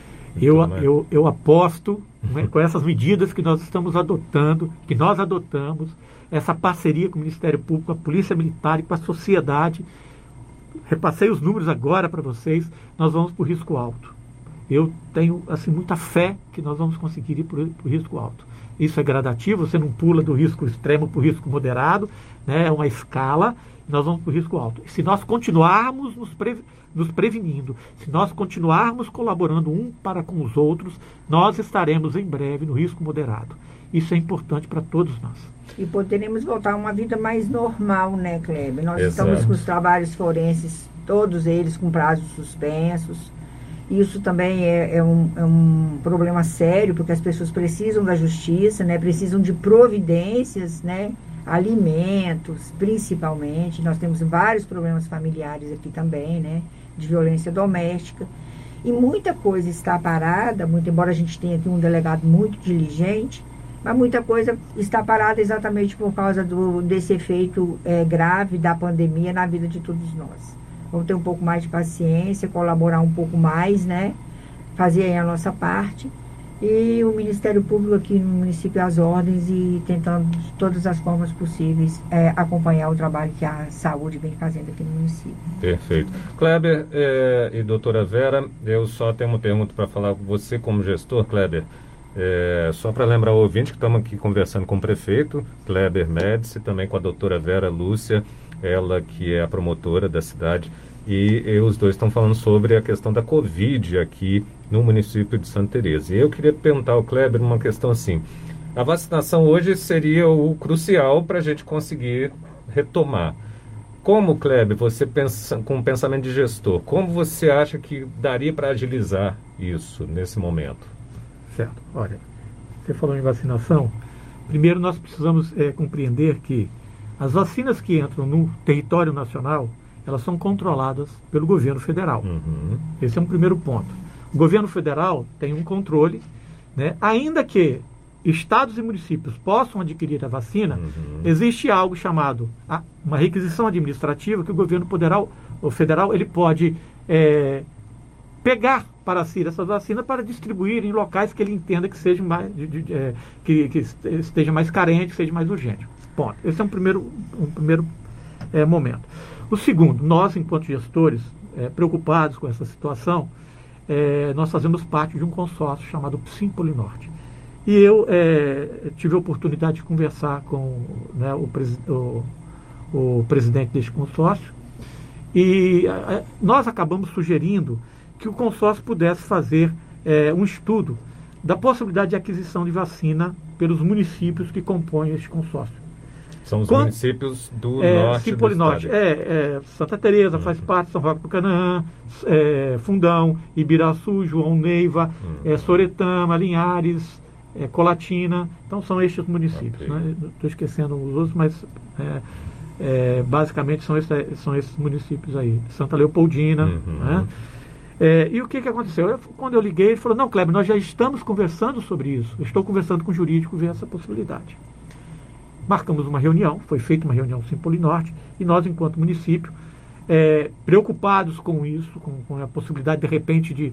Eu aposto, né, com essas medidas que nós estamos adotando, que nós adotamos, essa parceria com o Ministério Público, a Polícia Militar e com a sociedade. Repassei os números agora para vocês, nós vamos para o risco alto. Eu tenho, assim, muita fé que nós vamos conseguir ir para o risco alto. Isso é gradativo, você não pula do risco extremo para o risco moderado, né? É uma escala, nós vamos para o risco alto. E se nós continuarmos nos prevenindo, se nós continuarmos colaborando um para com os outros, nós estaremos em breve no risco moderado. Isso é importante para todos nós. E poderemos voltar a uma vida mais normal, né, Kleber? Nós Exato. Estamos com os trabalhos forenses, todos eles com prazos suspensos. Isso também é um problema sério, porque as pessoas precisam da justiça, né? Precisam de providências, né? Alimentos, principalmente. Nós temos vários problemas familiares aqui também, né? De violência doméstica. E muita coisa está parada, muito embora a gente tenha aqui um delegado muito diligente, mas muita coisa está parada exatamente por causa desse efeito grave da pandemia na vida de todos nós. Vamos ter um pouco mais de paciência, colaborar um pouco mais, né? Fazer aí a nossa parte. E o Ministério Público aqui no município às ordens e tentando de todas as formas possíveis acompanhar o trabalho que a saúde vem fazendo aqui no município. Perfeito. Kleber e doutora Vera, eu só tenho uma pergunta para falar com você como gestor, Kleber. Só para lembrar o ouvinte que estamos aqui conversando com o prefeito, Kleber Médici, também com a doutora Vera Lúcia, ela que é a promotora da cidade, e os dois estão falando sobre a questão da Covid aqui no município de Santa Teresa. E eu queria perguntar ao Kleber uma questão assim, a vacinação hoje seria o crucial para a gente conseguir retomar. Como, Kleber, você pensa com o pensamento de gestor, como você acha que daria para agilizar isso nesse momento? Certo. Olha, você falou em vacinação. Primeiro, nós precisamos compreender que as vacinas que entram no território nacional, elas são controladas pelo governo federal. Esse é um primeiro ponto. O governo federal tem um controle, né? Ainda que estados e municípios possam adquirir a vacina, existe algo chamado uma requisição administrativa que o governo federal ele pode pegar para si essa vacina para distribuir em locais que ele entenda que seja que esteja mais carente, que seja mais urgente. Ponto. Esse é um primeiro momento. O segundo, nós, enquanto gestores, preocupados com essa situação, nós fazemos parte de um consórcio chamado Simpolinorte. E eu tive a oportunidade de conversar com, né, o presidente deste consórcio, e nós acabamos sugerindo que o consórcio pudesse fazer um estudo da possibilidade de aquisição de vacina pelos municípios que compõem este consórcio. São os municípios do norte Simpolinorte, do estado. Santa Teresa faz parte, São Roque do Canaã, Fundão, Ibiraçu, João Neiva, Soretama, Linhares, Colatina. Então são estes municípios. Okay. Né? Estou esquecendo os outros, mas basicamente são esses municípios aí. Santa Leopoldina. Né? E o que aconteceu? Quando eu liguei, ele falou: não, Kleber, nós já estamos conversando sobre isso. Eu estou conversando com o jurídico ver essa possibilidade. Marcamos uma reunião, foi feita uma reunião Simpolinorte, e nós, enquanto município, preocupados com isso, com a possibilidade, de repente, de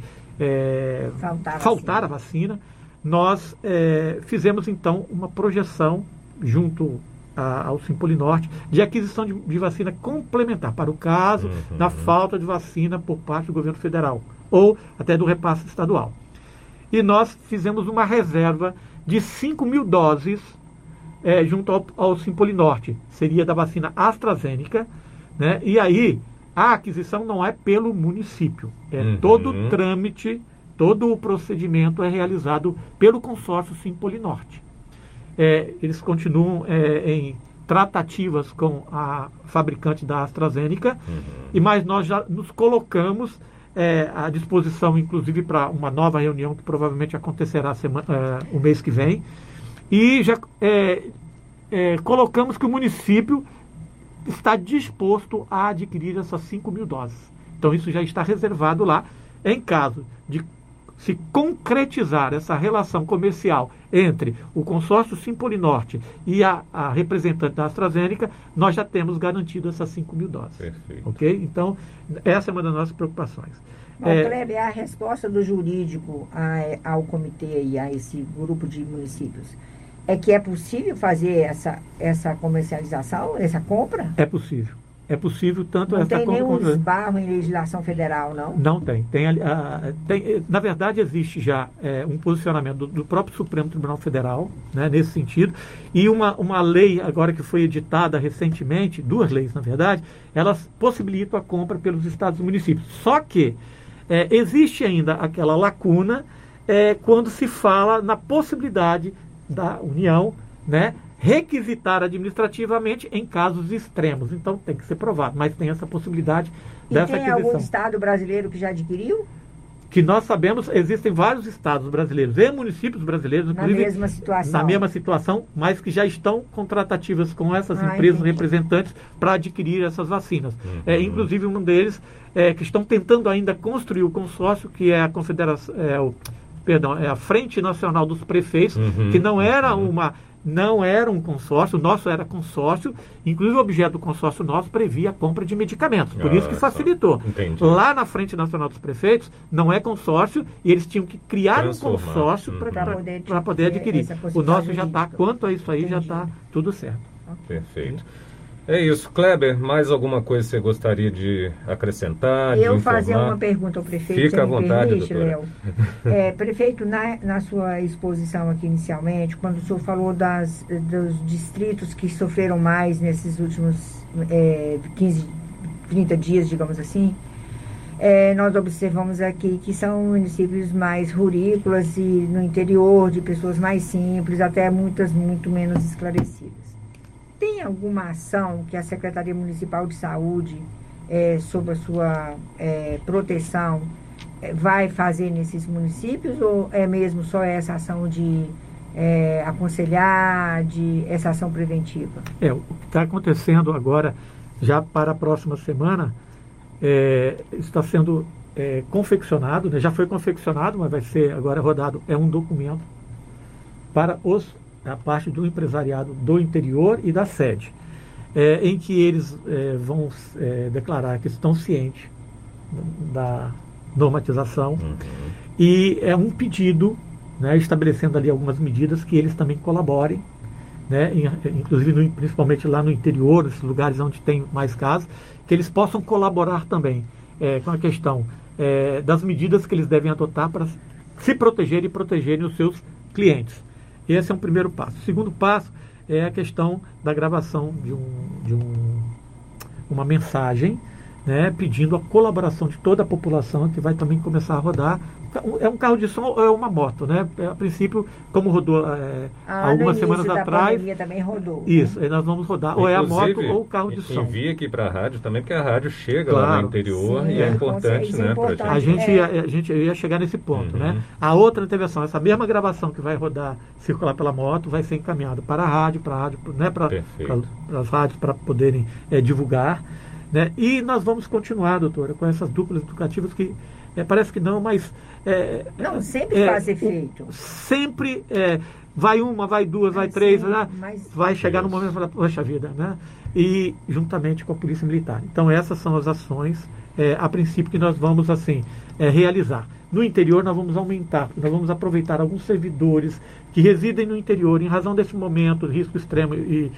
faltar a vacina, nós fizemos, então, uma projeção junto ao Simpolinorte de aquisição de vacina complementar, para o caso da falta de vacina por parte do governo federal, ou até do repasse estadual. E nós fizemos uma reserva de 5.000 doses junto ao Simpolinorte. Seria da vacina AstraZeneca, né? E aí a aquisição não é pelo município, todo o trâmite, todo o procedimento é realizado pelo consórcio Simpolinorte. Eles continuam em tratativas com a fabricante da AstraZeneca, mas nós já nos colocamos à disposição, inclusive, para uma nova reunião que provavelmente acontecerá o mês que vem. E já colocamos que o município está disposto a adquirir essas 5.000 doses. Então isso já está reservado lá. Em caso de se concretizar essa relação comercial entre o consórcio Simpolinorte e a representante da AstraZeneca, nós já temos garantido essas 5.000 doses. Perfeito. Ok? Então, essa é uma das nossas preocupações. Kleber, a resposta do jurídico ao comitê e a esse grupo de municípios é que é possível fazer essa comercialização, essa compra? É possível. É possível tanto não essa tem compra... nenhum esbarro em legislação federal, não? Não tem. Na verdade, existe já um posicionamento do próprio Supremo Tribunal Federal, né, nesse sentido, e uma lei agora que foi editada recentemente, 2 leis, na verdade, elas possibilitam a compra pelos estados e municípios. Só que existe ainda aquela lacuna quando se fala na possibilidade da União, né, requisitar administrativamente em casos extremos. Então tem que ser provado, mas tem essa possibilidade dessa aquisição. E tem algum estado brasileiro que já adquiriu? Que nós sabemos, existem vários estados brasileiros e municípios brasileiros, inclusive, na mesma situação, mas que já estão com tratativas com essas empresas representantes para adquirir essas vacinas. Inclusive um deles que estão tentando ainda construir o consórcio, que é a Confederação, é a Frente Nacional dos Prefeitos, que não era um consórcio, o nosso era consórcio, inclusive o objeto do consórcio nosso previa a compra de medicamentos, por isso que facilitou. Entendi. Lá na Frente Nacional dos Prefeitos não é consórcio e eles tinham que criar um consórcio para poder adquirir. O nosso já está, quanto a isso aí, já está tudo certo. Perfeito. É isso. Kleber, mais alguma coisa que você gostaria de acrescentar? Eu fazer uma pergunta ao prefeito. Fica à vontade, doutora. Léo. Prefeito, na sua exposição aqui inicialmente, quando o senhor falou dos distritos que sofreram mais nesses últimos 15, 30 dias, digamos assim, nós observamos aqui que são municípios mais rurícolas e no interior, de pessoas mais simples, até muitas muito menos esclarecidas. Tem alguma ação que a Secretaria Municipal de Saúde, sob a sua proteção, vai fazer nesses municípios, ou é mesmo só essa ação de aconselhar, essa ação preventiva? O que está acontecendo agora, já para a próxima semana, está sendo confeccionado, né? Já foi confeccionado, mas vai ser agora rodado, um documento para a parte do empresariado do interior e da sede, em que eles vão declarar que estão cientes da normatização e é um pedido, né, estabelecendo ali algumas medidas que eles também colaborem, né, inclusive principalmente lá no interior, nesses lugares onde tem mais casos, que eles possam colaborar também com a questão das medidas que eles devem adotar para se proteger e protegerem os seus clientes. Esse é um primeiro passo. O segundo passo é a questão da gravação de uma mensagem, né, pedindo a colaboração de toda a população, que vai também começar a rodar. É um carro de som ou é uma moto, né? A princípio, como rodou algumas semanas atrás. Também rodou. Isso, nós vamos rodar. Ou é a moto ou o carro de som. Envia aqui para a rádio também, porque a rádio chega lá no interior, sim, e é importante, né? A gente ia chegar nesse ponto, né? A outra intervenção, essa mesma gravação que vai rodar, circular pela moto, vai ser encaminhada para a rádio, né? Para as rádios, para poderem divulgar. Né? E nós vamos continuar, doutora, com essas duplas educativas que parece que não, mas... não, sempre faz efeito. Sempre vai uma, vai duas, vai três, né? Vai chegar no momento e falar, poxa vida, né? E juntamente com a Polícia Militar. Então essas são as ações, a princípio, que nós vamos assim realizar. No interior nós vamos aumentar, nós vamos aproveitar alguns servidores que residem no interior, em razão desse momento, risco extremo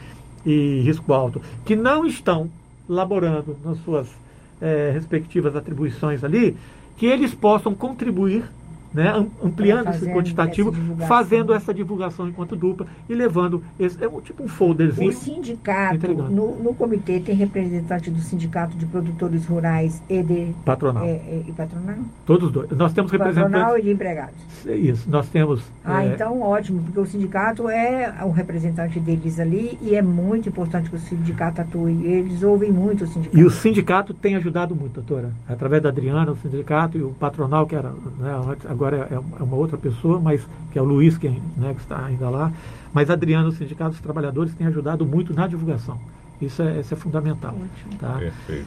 e risco alto, que não estão laborando nas suas respectivas atribuições ali, que eles possam contribuir, né, ampliando esse quantitativo, fazendo essa divulgação enquanto dupla e levando tipo um folderzinho. O sindicato, no comitê tem representante do Sindicato de Produtores Rurais e de patronal. E patronal? Todos dois. Nós temos representantes. Patronal e de empregados. Isso, nós temos. Então ótimo, porque o sindicato é o representante deles ali e é muito importante que o sindicato atue. Eles ouvem muito o sindicato. E o sindicato tem ajudado muito, doutora. Através da Adriana, o sindicato e o patronal, que era, né, agora é uma outra pessoa, mas que é o Luiz, que está ainda lá. Mas a Adriana, o sindicato dos trabalhadores, tem ajudado muito na divulgação. Isso é fundamental. Tá?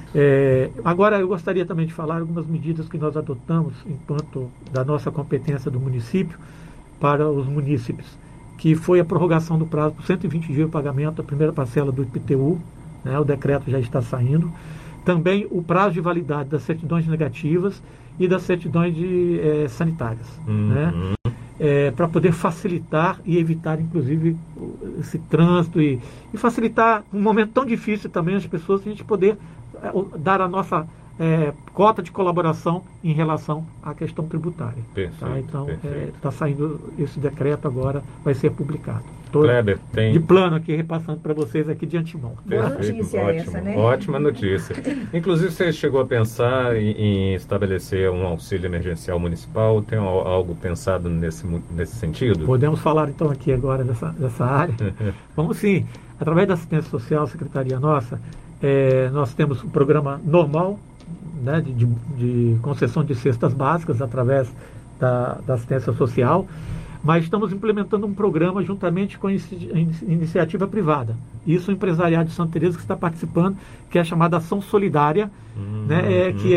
Agora, eu gostaria também de falar algumas medidas que nós adotamos, enquanto da nossa competência do município, para os munícipes, que foi a prorrogação do prazo por 120 dias de pagamento da primeira parcela do IPTU, né? O decreto já está saindo. Também o prazo de validade das certidões negativas e das certidões sanitárias, né? Para poder facilitar e evitar, inclusive, esse trânsito e facilitar um momento tão difícil também as pessoas, a gente poder dar a nossa cota de colaboração em relação à questão tributária. Perfeito, tá? Então, está saindo esse decreto agora, vai ser publicado. Kleber, de plano aqui, repassando para vocês aqui de antemão. Boa notícia essa, né? Ótima notícia. Inclusive, você chegou a pensar em estabelecer um auxílio emergencial municipal? Tem algo pensado nesse sentido? Podemos falar, então, aqui agora dessa área. Vamos sim. Através da assistência social, secretaria nossa, nós temos um programa normal, né, de concessão de cestas básicas através da assistência social, mas estamos implementando um programa juntamente com a iniciativa privada. Isso o empresariado de Santa Teresa que está participando, que é a chamada Ação Solidária, né, que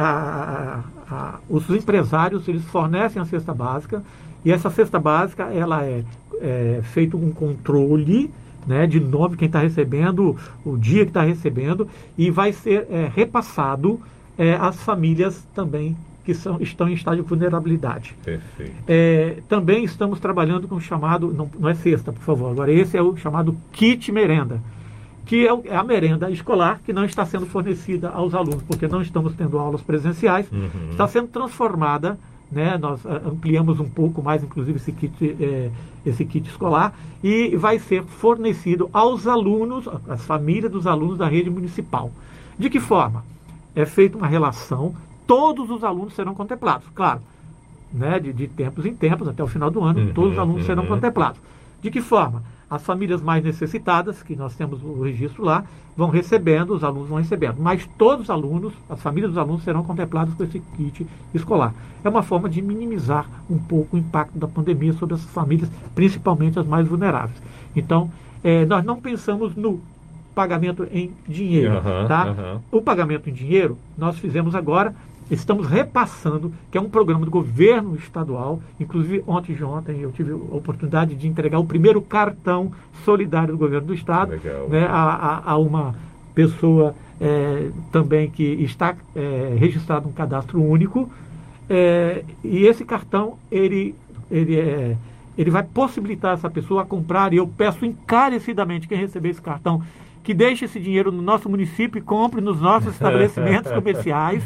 os empresários, eles fornecem a cesta básica, e essa cesta básica, ela é feito um controle, né, de nome, quem está recebendo, o dia que está recebendo, e vai ser repassado às famílias também que estão em estágio de vulnerabilidade. Perfeito. Também estamos trabalhando com o chamado, não é cesta, por favor, agora esse é o chamado kit merenda, que é a merenda escolar que não está sendo fornecida aos alunos, porque não estamos tendo aulas presenciais, está sendo transformada, né, nós ampliamos um pouco mais, inclusive, esse kit escolar, e vai ser fornecido aos alunos, às famílias dos alunos da rede municipal. De que forma? É feita uma relação, todos os alunos serão contemplados, claro, né, de tempos em tempos, até o final do ano, todos os alunos serão contemplados. De que forma? As famílias mais necessitadas, que nós temos o registro lá, vão recebendo, os alunos vão recebendo. Mas todos os alunos, as famílias dos alunos serão contempladas com esse kit escolar. É uma forma de minimizar um pouco o impacto da pandemia sobre essas famílias, principalmente as mais vulneráveis. Então, nós não pensamos no pagamento em dinheiro. Tá? O pagamento em dinheiro, nós fizemos agora, estamos repassando, que é um programa do governo estadual. Inclusive, ontem eu tive a oportunidade de entregar o primeiro cartão solidário do governo do estado, né, a uma pessoa também que está registrado no cadastro único, e esse cartão ele vai possibilitar essa pessoa a comprar, e eu peço encarecidamente quem receber esse cartão que deixe esse dinheiro no nosso município e compre nos nossos estabelecimentos comerciais,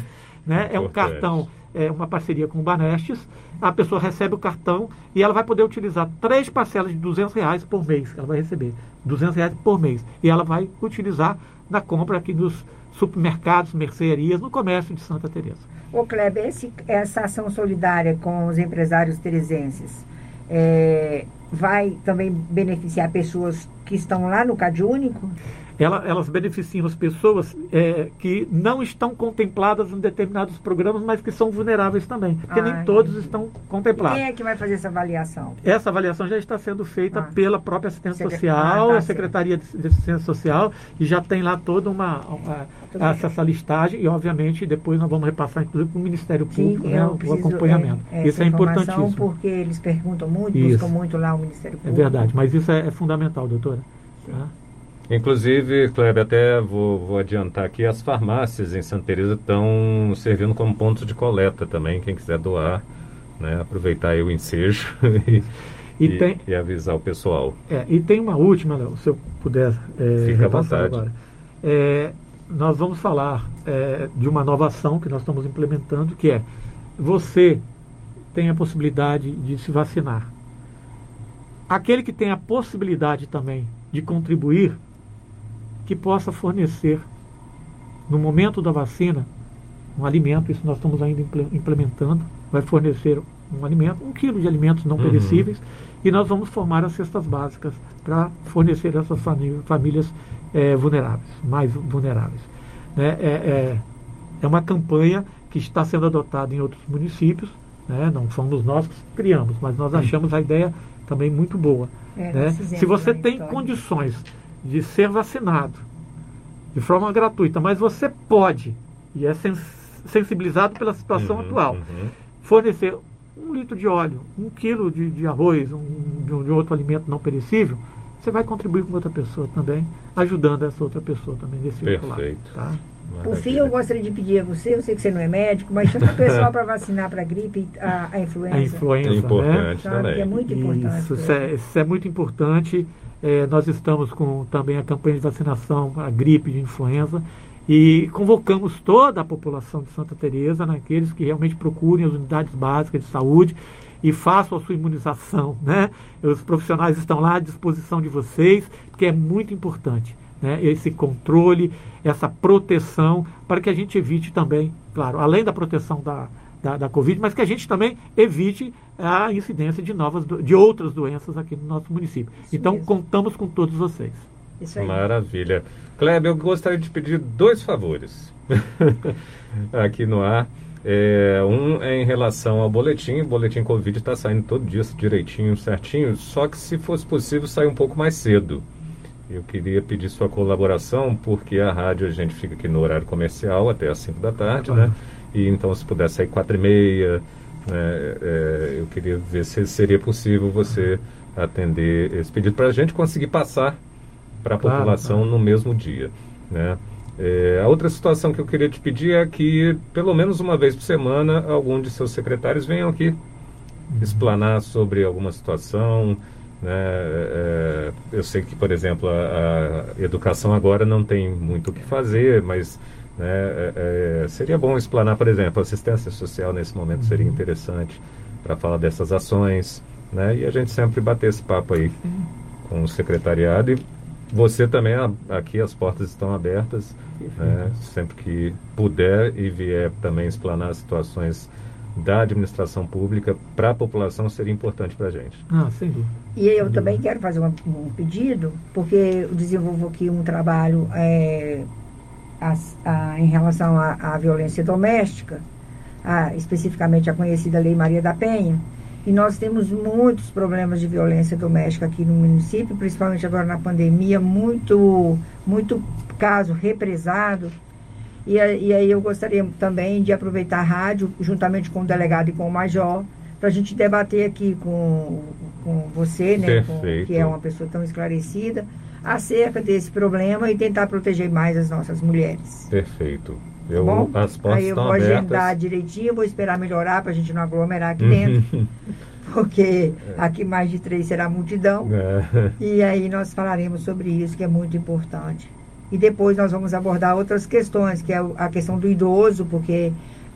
né? É um cartão, uma parceria com o Banestes. A pessoa recebe o cartão e ela vai poder utilizar 3 parcelas de R$200 por mês, que ela vai receber R$200 por mês. E ela vai utilizar na compra aqui nos supermercados, mercearias, no comércio de Santa Teresa. Ô Kleber, essa ação solidária com os empresários teresenses vai também beneficiar pessoas que estão lá no CadÚnico? Elas beneficiam as pessoas que não estão contempladas em determinados programas, mas que são vulneráveis também, porque nem todos estão contemplados. Quem é que vai fazer essa avaliação? Essa avaliação já está sendo feita pela própria assistência social, a Secretaria de Assistência Social, e já tem lá toda essa listagem, e obviamente depois nós vamos repassar inclusive para o Ministério Público, o acompanhamento. Isso é importantíssimo. Porque eles perguntam muito, buscam muito lá o Ministério Público. É verdade, mas isso é fundamental, doutora. Tá? Inclusive, Kleber, até vou adiantar aqui, as farmácias em Santa Teresa estão servindo como pontos de coleta também, quem quiser doar, né, aproveitar aí o ensejo e avisar o pessoal. E tem uma última, Léo, se eu puder Fica à vontade. Agora. Nós vamos falar de uma nova ação que nós estamos implementando, que é: você tem a possibilidade de se vacinar. Aquele que tem a possibilidade também de contribuir, que possa fornecer, no momento da vacina, um alimento. Isso nós estamos ainda implementando. Vai fornecer um alimento, 1 quilo de alimentos não perecíveis, e nós vamos formar as cestas básicas para fornecer essas famílias vulneráveis, mais vulneráveis. É uma campanha que está sendo adotada em outros municípios, né? Não fomos nós que criamos, mas nós achamos a ideia também muito boa. Né? Se você tem condições de ser vacinado de forma gratuita, mas você pode, e é sensibilizado pela situação atual, fornecer 1 litro de óleo, 1 quilo de arroz, de outro alimento não perecível, você vai contribuir com outra pessoa também, ajudando essa outra pessoa também nesse outro lado. Tá? Por fim, eu gostaria de pedir a você, eu sei que você não é médico, mas chama o pessoal para vacinar para a gripe e a influenza. A influenza, é importante, né? também. Que é muito importante. Isso é muito importante. Nós estamos com também a campanha de vacinação para a gripe de influenza e convocamos toda a população de Santa Teresa, né, aqueles que realmente procurem as unidades básicas de saúde e façam a sua imunização, né? Os profissionais estão lá à disposição de vocês, porque é muito importante, né, esse controle, essa proteção, para que a gente evite também, claro, além da proteção da Covid, mas que a gente também evite a incidência de outras doenças aqui no nosso município. Então, contamos com todos vocês. Isso aí. Maravilha. Kleber, eu gostaria de pedir 2 favores aqui no ar. Um é em relação ao boletim. O boletim Covid está saindo todo dia direitinho, certinho, só que se fosse possível sair um pouco mais cedo. Eu queria pedir sua colaboração, porque a rádio a gente fica aqui no horário comercial até às 5 da tarde, né? E então se puder sair 4h30, eu queria ver se seria possível você atender esse pedido para a gente conseguir passar para a população no mesmo dia, né? A outra situação que eu queria te pedir é que pelo menos uma vez por semana algum de seus secretários venham aqui explanar sobre alguma situação, né? Eu sei que, por exemplo, a educação agora não tem muito o que fazer, mas seria bom explanar, por exemplo, a assistência social nesse momento seria interessante para falar dessas ações, né? E a gente sempre bater esse papo aí com o secretariado. E você também, aqui as portas estão abertas, né? Sempre que puder e vier também explanar as situações da administração pública para a população, seria importante para a gente. Sem dúvida. E eu também quero fazer um pedido, porque eu desenvolvo aqui um trabalho em relação à violência doméstica, especificamente a conhecida Lei Maria da Penha, e nós temos muitos problemas de violência doméstica aqui no município, principalmente agora na pandemia, muito caso represado, e aí eu gostaria também de aproveitar a rádio, juntamente com o delegado e com o major, para a gente debater aqui com você, né, que é uma pessoa tão esclarecida, acerca desse problema e tentar proteger mais as nossas mulheres. Perfeito. As portas estão abertas. Aí eu vou agendar direitinho, vou esperar melhorar para a gente não aglomerar aqui dentro, porque aqui mais de 3 será multidão, e aí nós falaremos sobre isso, que é muito importante. E depois nós vamos abordar outras questões, que é a questão do idoso, porque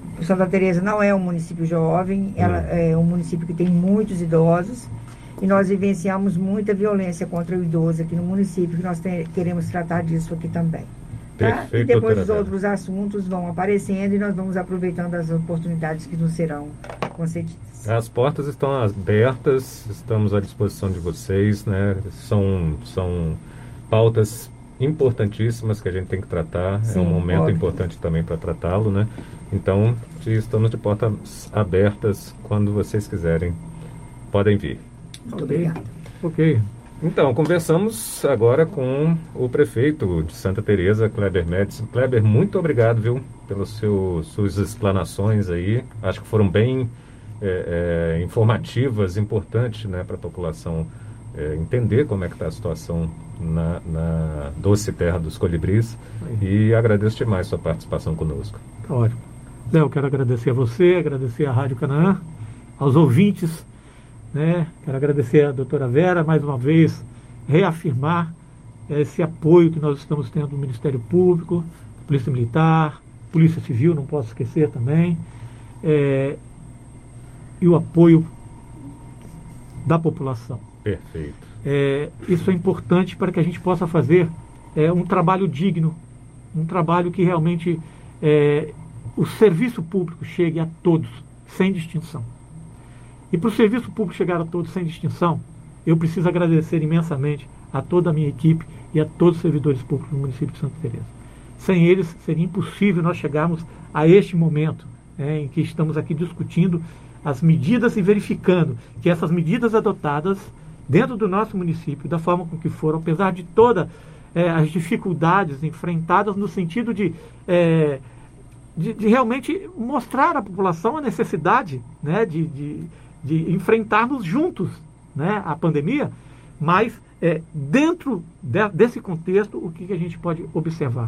Santa Teresa não é um município jovem, ela é um município que tem muitos idosos, e nós vivenciamos muita violência contra o idoso aqui no município, que nós queremos tratar disso aqui também. Tá? Perfeito, E depois os doutora outros assuntos vão aparecendo e nós vamos aproveitando as oportunidades que nos serão concedidas. As portas estão abertas, estamos à disposição de vocês, né? São pautas importantíssimas que a gente tem que tratar. Sim, é um momento óbvio. importante também para tratá-lo, né? Então, estamos de portas abertas. Quando vocês quiserem, podem vir. Muito obrigada. Ok. Então, conversamos agora com o prefeito de Santa Teresa, Kleber Médici. Kleber, muito obrigado, viu, pelas suas explanações aí. Acho que foram bem informativas, importantes, né, para a população entender como é que está a situação na doce terra dos colibris. E agradeço demais sua participação conosco. Tá ótimo. Léo, quero agradecer a você, agradecer à Rádio Canaã, aos ouvintes, né? Quero agradecer à doutora Vera, mais uma vez, reafirmar esse apoio que nós estamos tendo do Ministério Público, Polícia Militar, Polícia Civil, não posso esquecer também, e o apoio da população. Perfeito. Isso é importante para que a gente possa fazer um trabalho digno, um trabalho que realmente o serviço público chegue a todos, sem distinção. E para o serviço público chegar a todos sem distinção, eu preciso agradecer imensamente a toda a minha equipe e a todos os servidores públicos do município de Santa Teresa. Sem eles, seria impossível nós chegarmos a este momento em que estamos aqui discutindo as medidas e verificando que essas medidas adotadas dentro do nosso município, da forma com que foram, apesar de todas as dificuldades enfrentadas no sentido de realmente mostrar à população a necessidade, né, de enfrentarmos juntos, né, a pandemia, mas dentro desse contexto, o que a gente pode observar?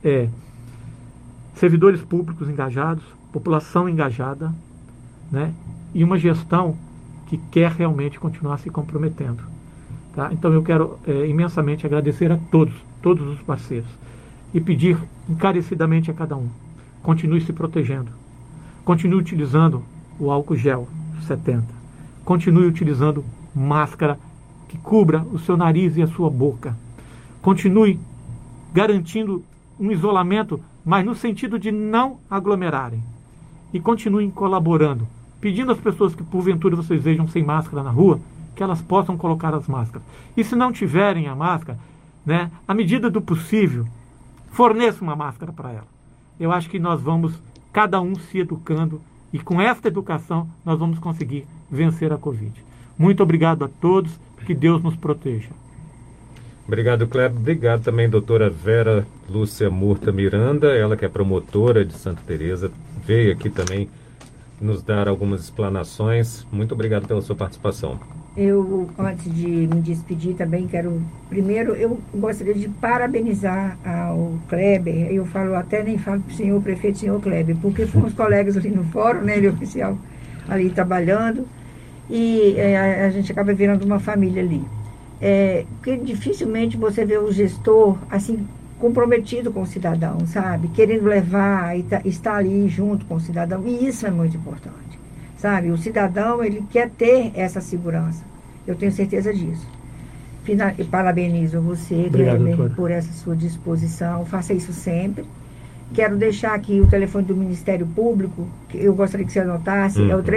Servidores públicos engajados, população engajada, né, e uma gestão que quer realmente continuar se comprometendo. Tá? Então eu quero imensamente agradecer a todos os parceiros, e pedir encarecidamente a cada um: continue se protegendo, continue utilizando o álcool gel 70, continue utilizando máscara que cubra o seu nariz e a sua boca, continue garantindo um isolamento, mas no sentido de não aglomerarem, e continuem colaborando, pedindo às pessoas que porventura vocês vejam sem máscara na rua, que elas possam colocar as máscaras. E se não tiverem a máscara, né, à medida do possível, forneça uma máscara para ela. Eu acho que nós vamos, cada um se educando, e com esta educação nós vamos conseguir vencer a Covid. Muito obrigado a todos, que Deus nos proteja. Obrigado, Kleber. Obrigado também, doutora Vera Lúcia Murta Miranda, ela que é promotora de Santa Teresa, veio aqui também nos dar algumas explanações. Muito obrigado pela sua participação. Eu, antes de me despedir, também quero, primeiro, eu gostaria de parabenizar ao Kleber. Eu falo, até nem falo para o senhor prefeito, senhor Kleber, porque fomos colegas ali no fórum, né, ele oficial, ali trabalhando, e a gente acaba virando uma família ali. Porque dificilmente você vê o gestor, assim, comprometido com o cidadão, sabe? Querendo levar e estar ali junto com o cidadão, e isso é muito importante, sabe? O cidadão, ele quer ter essa segurança, eu tenho certeza disso. Parabenizo você, Kleber, por essa sua disposição, faça isso sempre. Quero deixar aqui o telefone do Ministério Público, que eu gostaria que você anotasse, é o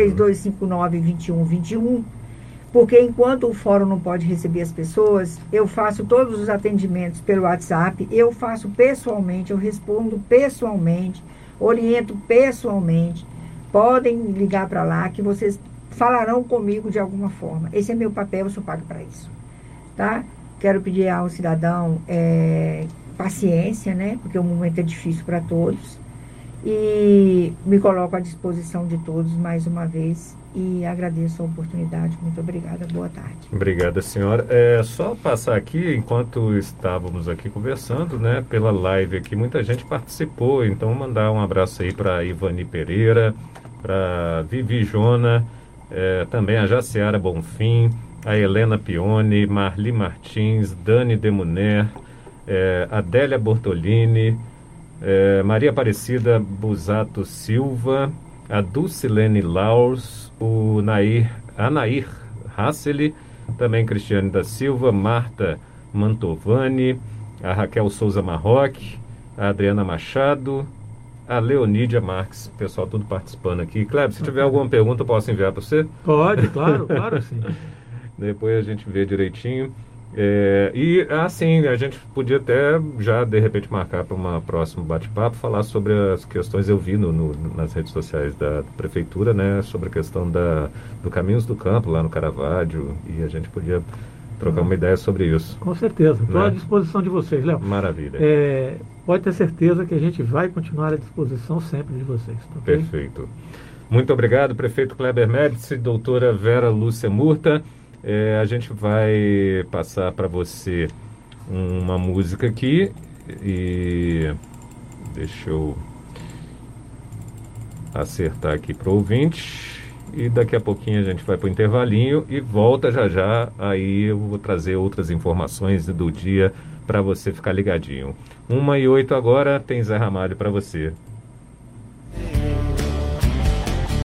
3259-2121, porque enquanto o fórum não pode receber as pessoas, eu faço todos os atendimentos pelo WhatsApp, eu faço pessoalmente, eu respondo pessoalmente, oriento pessoalmente. Podem ligar para lá que vocês falarão comigo de alguma forma. Esse é meu papel, eu sou pago para isso. Tá? Quero pedir ao cidadão paciência, né? Porque o momento é difícil para todos. E me coloco à disposição de todos mais uma vez e agradeço a oportunidade. Muito obrigada, boa tarde. Obrigada, senhora. Só passar aqui, enquanto estávamos aqui conversando, né, pela live aqui, muita gente participou, então mandar um abraço aí para Ivani Pereira, para Vivi Jona, também a Jaciara Bonfim, a Helena Pione, Marli Martins, Dani Demuner, Adélia Bortolini, Maria Aparecida Busato Silva, a Dulcilene Laurs, a Nair Hasseli, também Cristiane da Silva, Marta Mantovani, a Raquel Souza Marroque, a Adriana Machado, a Leonídia Marques, o pessoal tudo participando aqui. Kleber, se tiver alguma pergunta, eu posso enviar para você? Pode, claro, claro sim. Depois a gente vê direitinho. E assim, a gente podia até já de repente marcar para uma próxima bate-papo, falar sobre as questões, eu vi nas redes sociais da prefeitura, né, sobre a questão do Caminhos do Campo lá no Caravaggio, e a gente podia trocar uma ideia sobre isso. Com certeza, estou né? à disposição de vocês, Léo. Maravilha. Pode ter certeza que a gente vai continuar à disposição sempre de vocês. Tá, okay? Perfeito. Muito obrigado, prefeito Kleber Médici, doutora Vera Lúcia Murta. A gente vai passar para você uma música aqui e deixa eu acertar aqui para o ouvinte e daqui a pouquinho a gente vai para o intervalinho e volta já, aí eu vou trazer outras informações do dia para você ficar ligadinho. 1h08 agora, tem Zé Ramalho para você.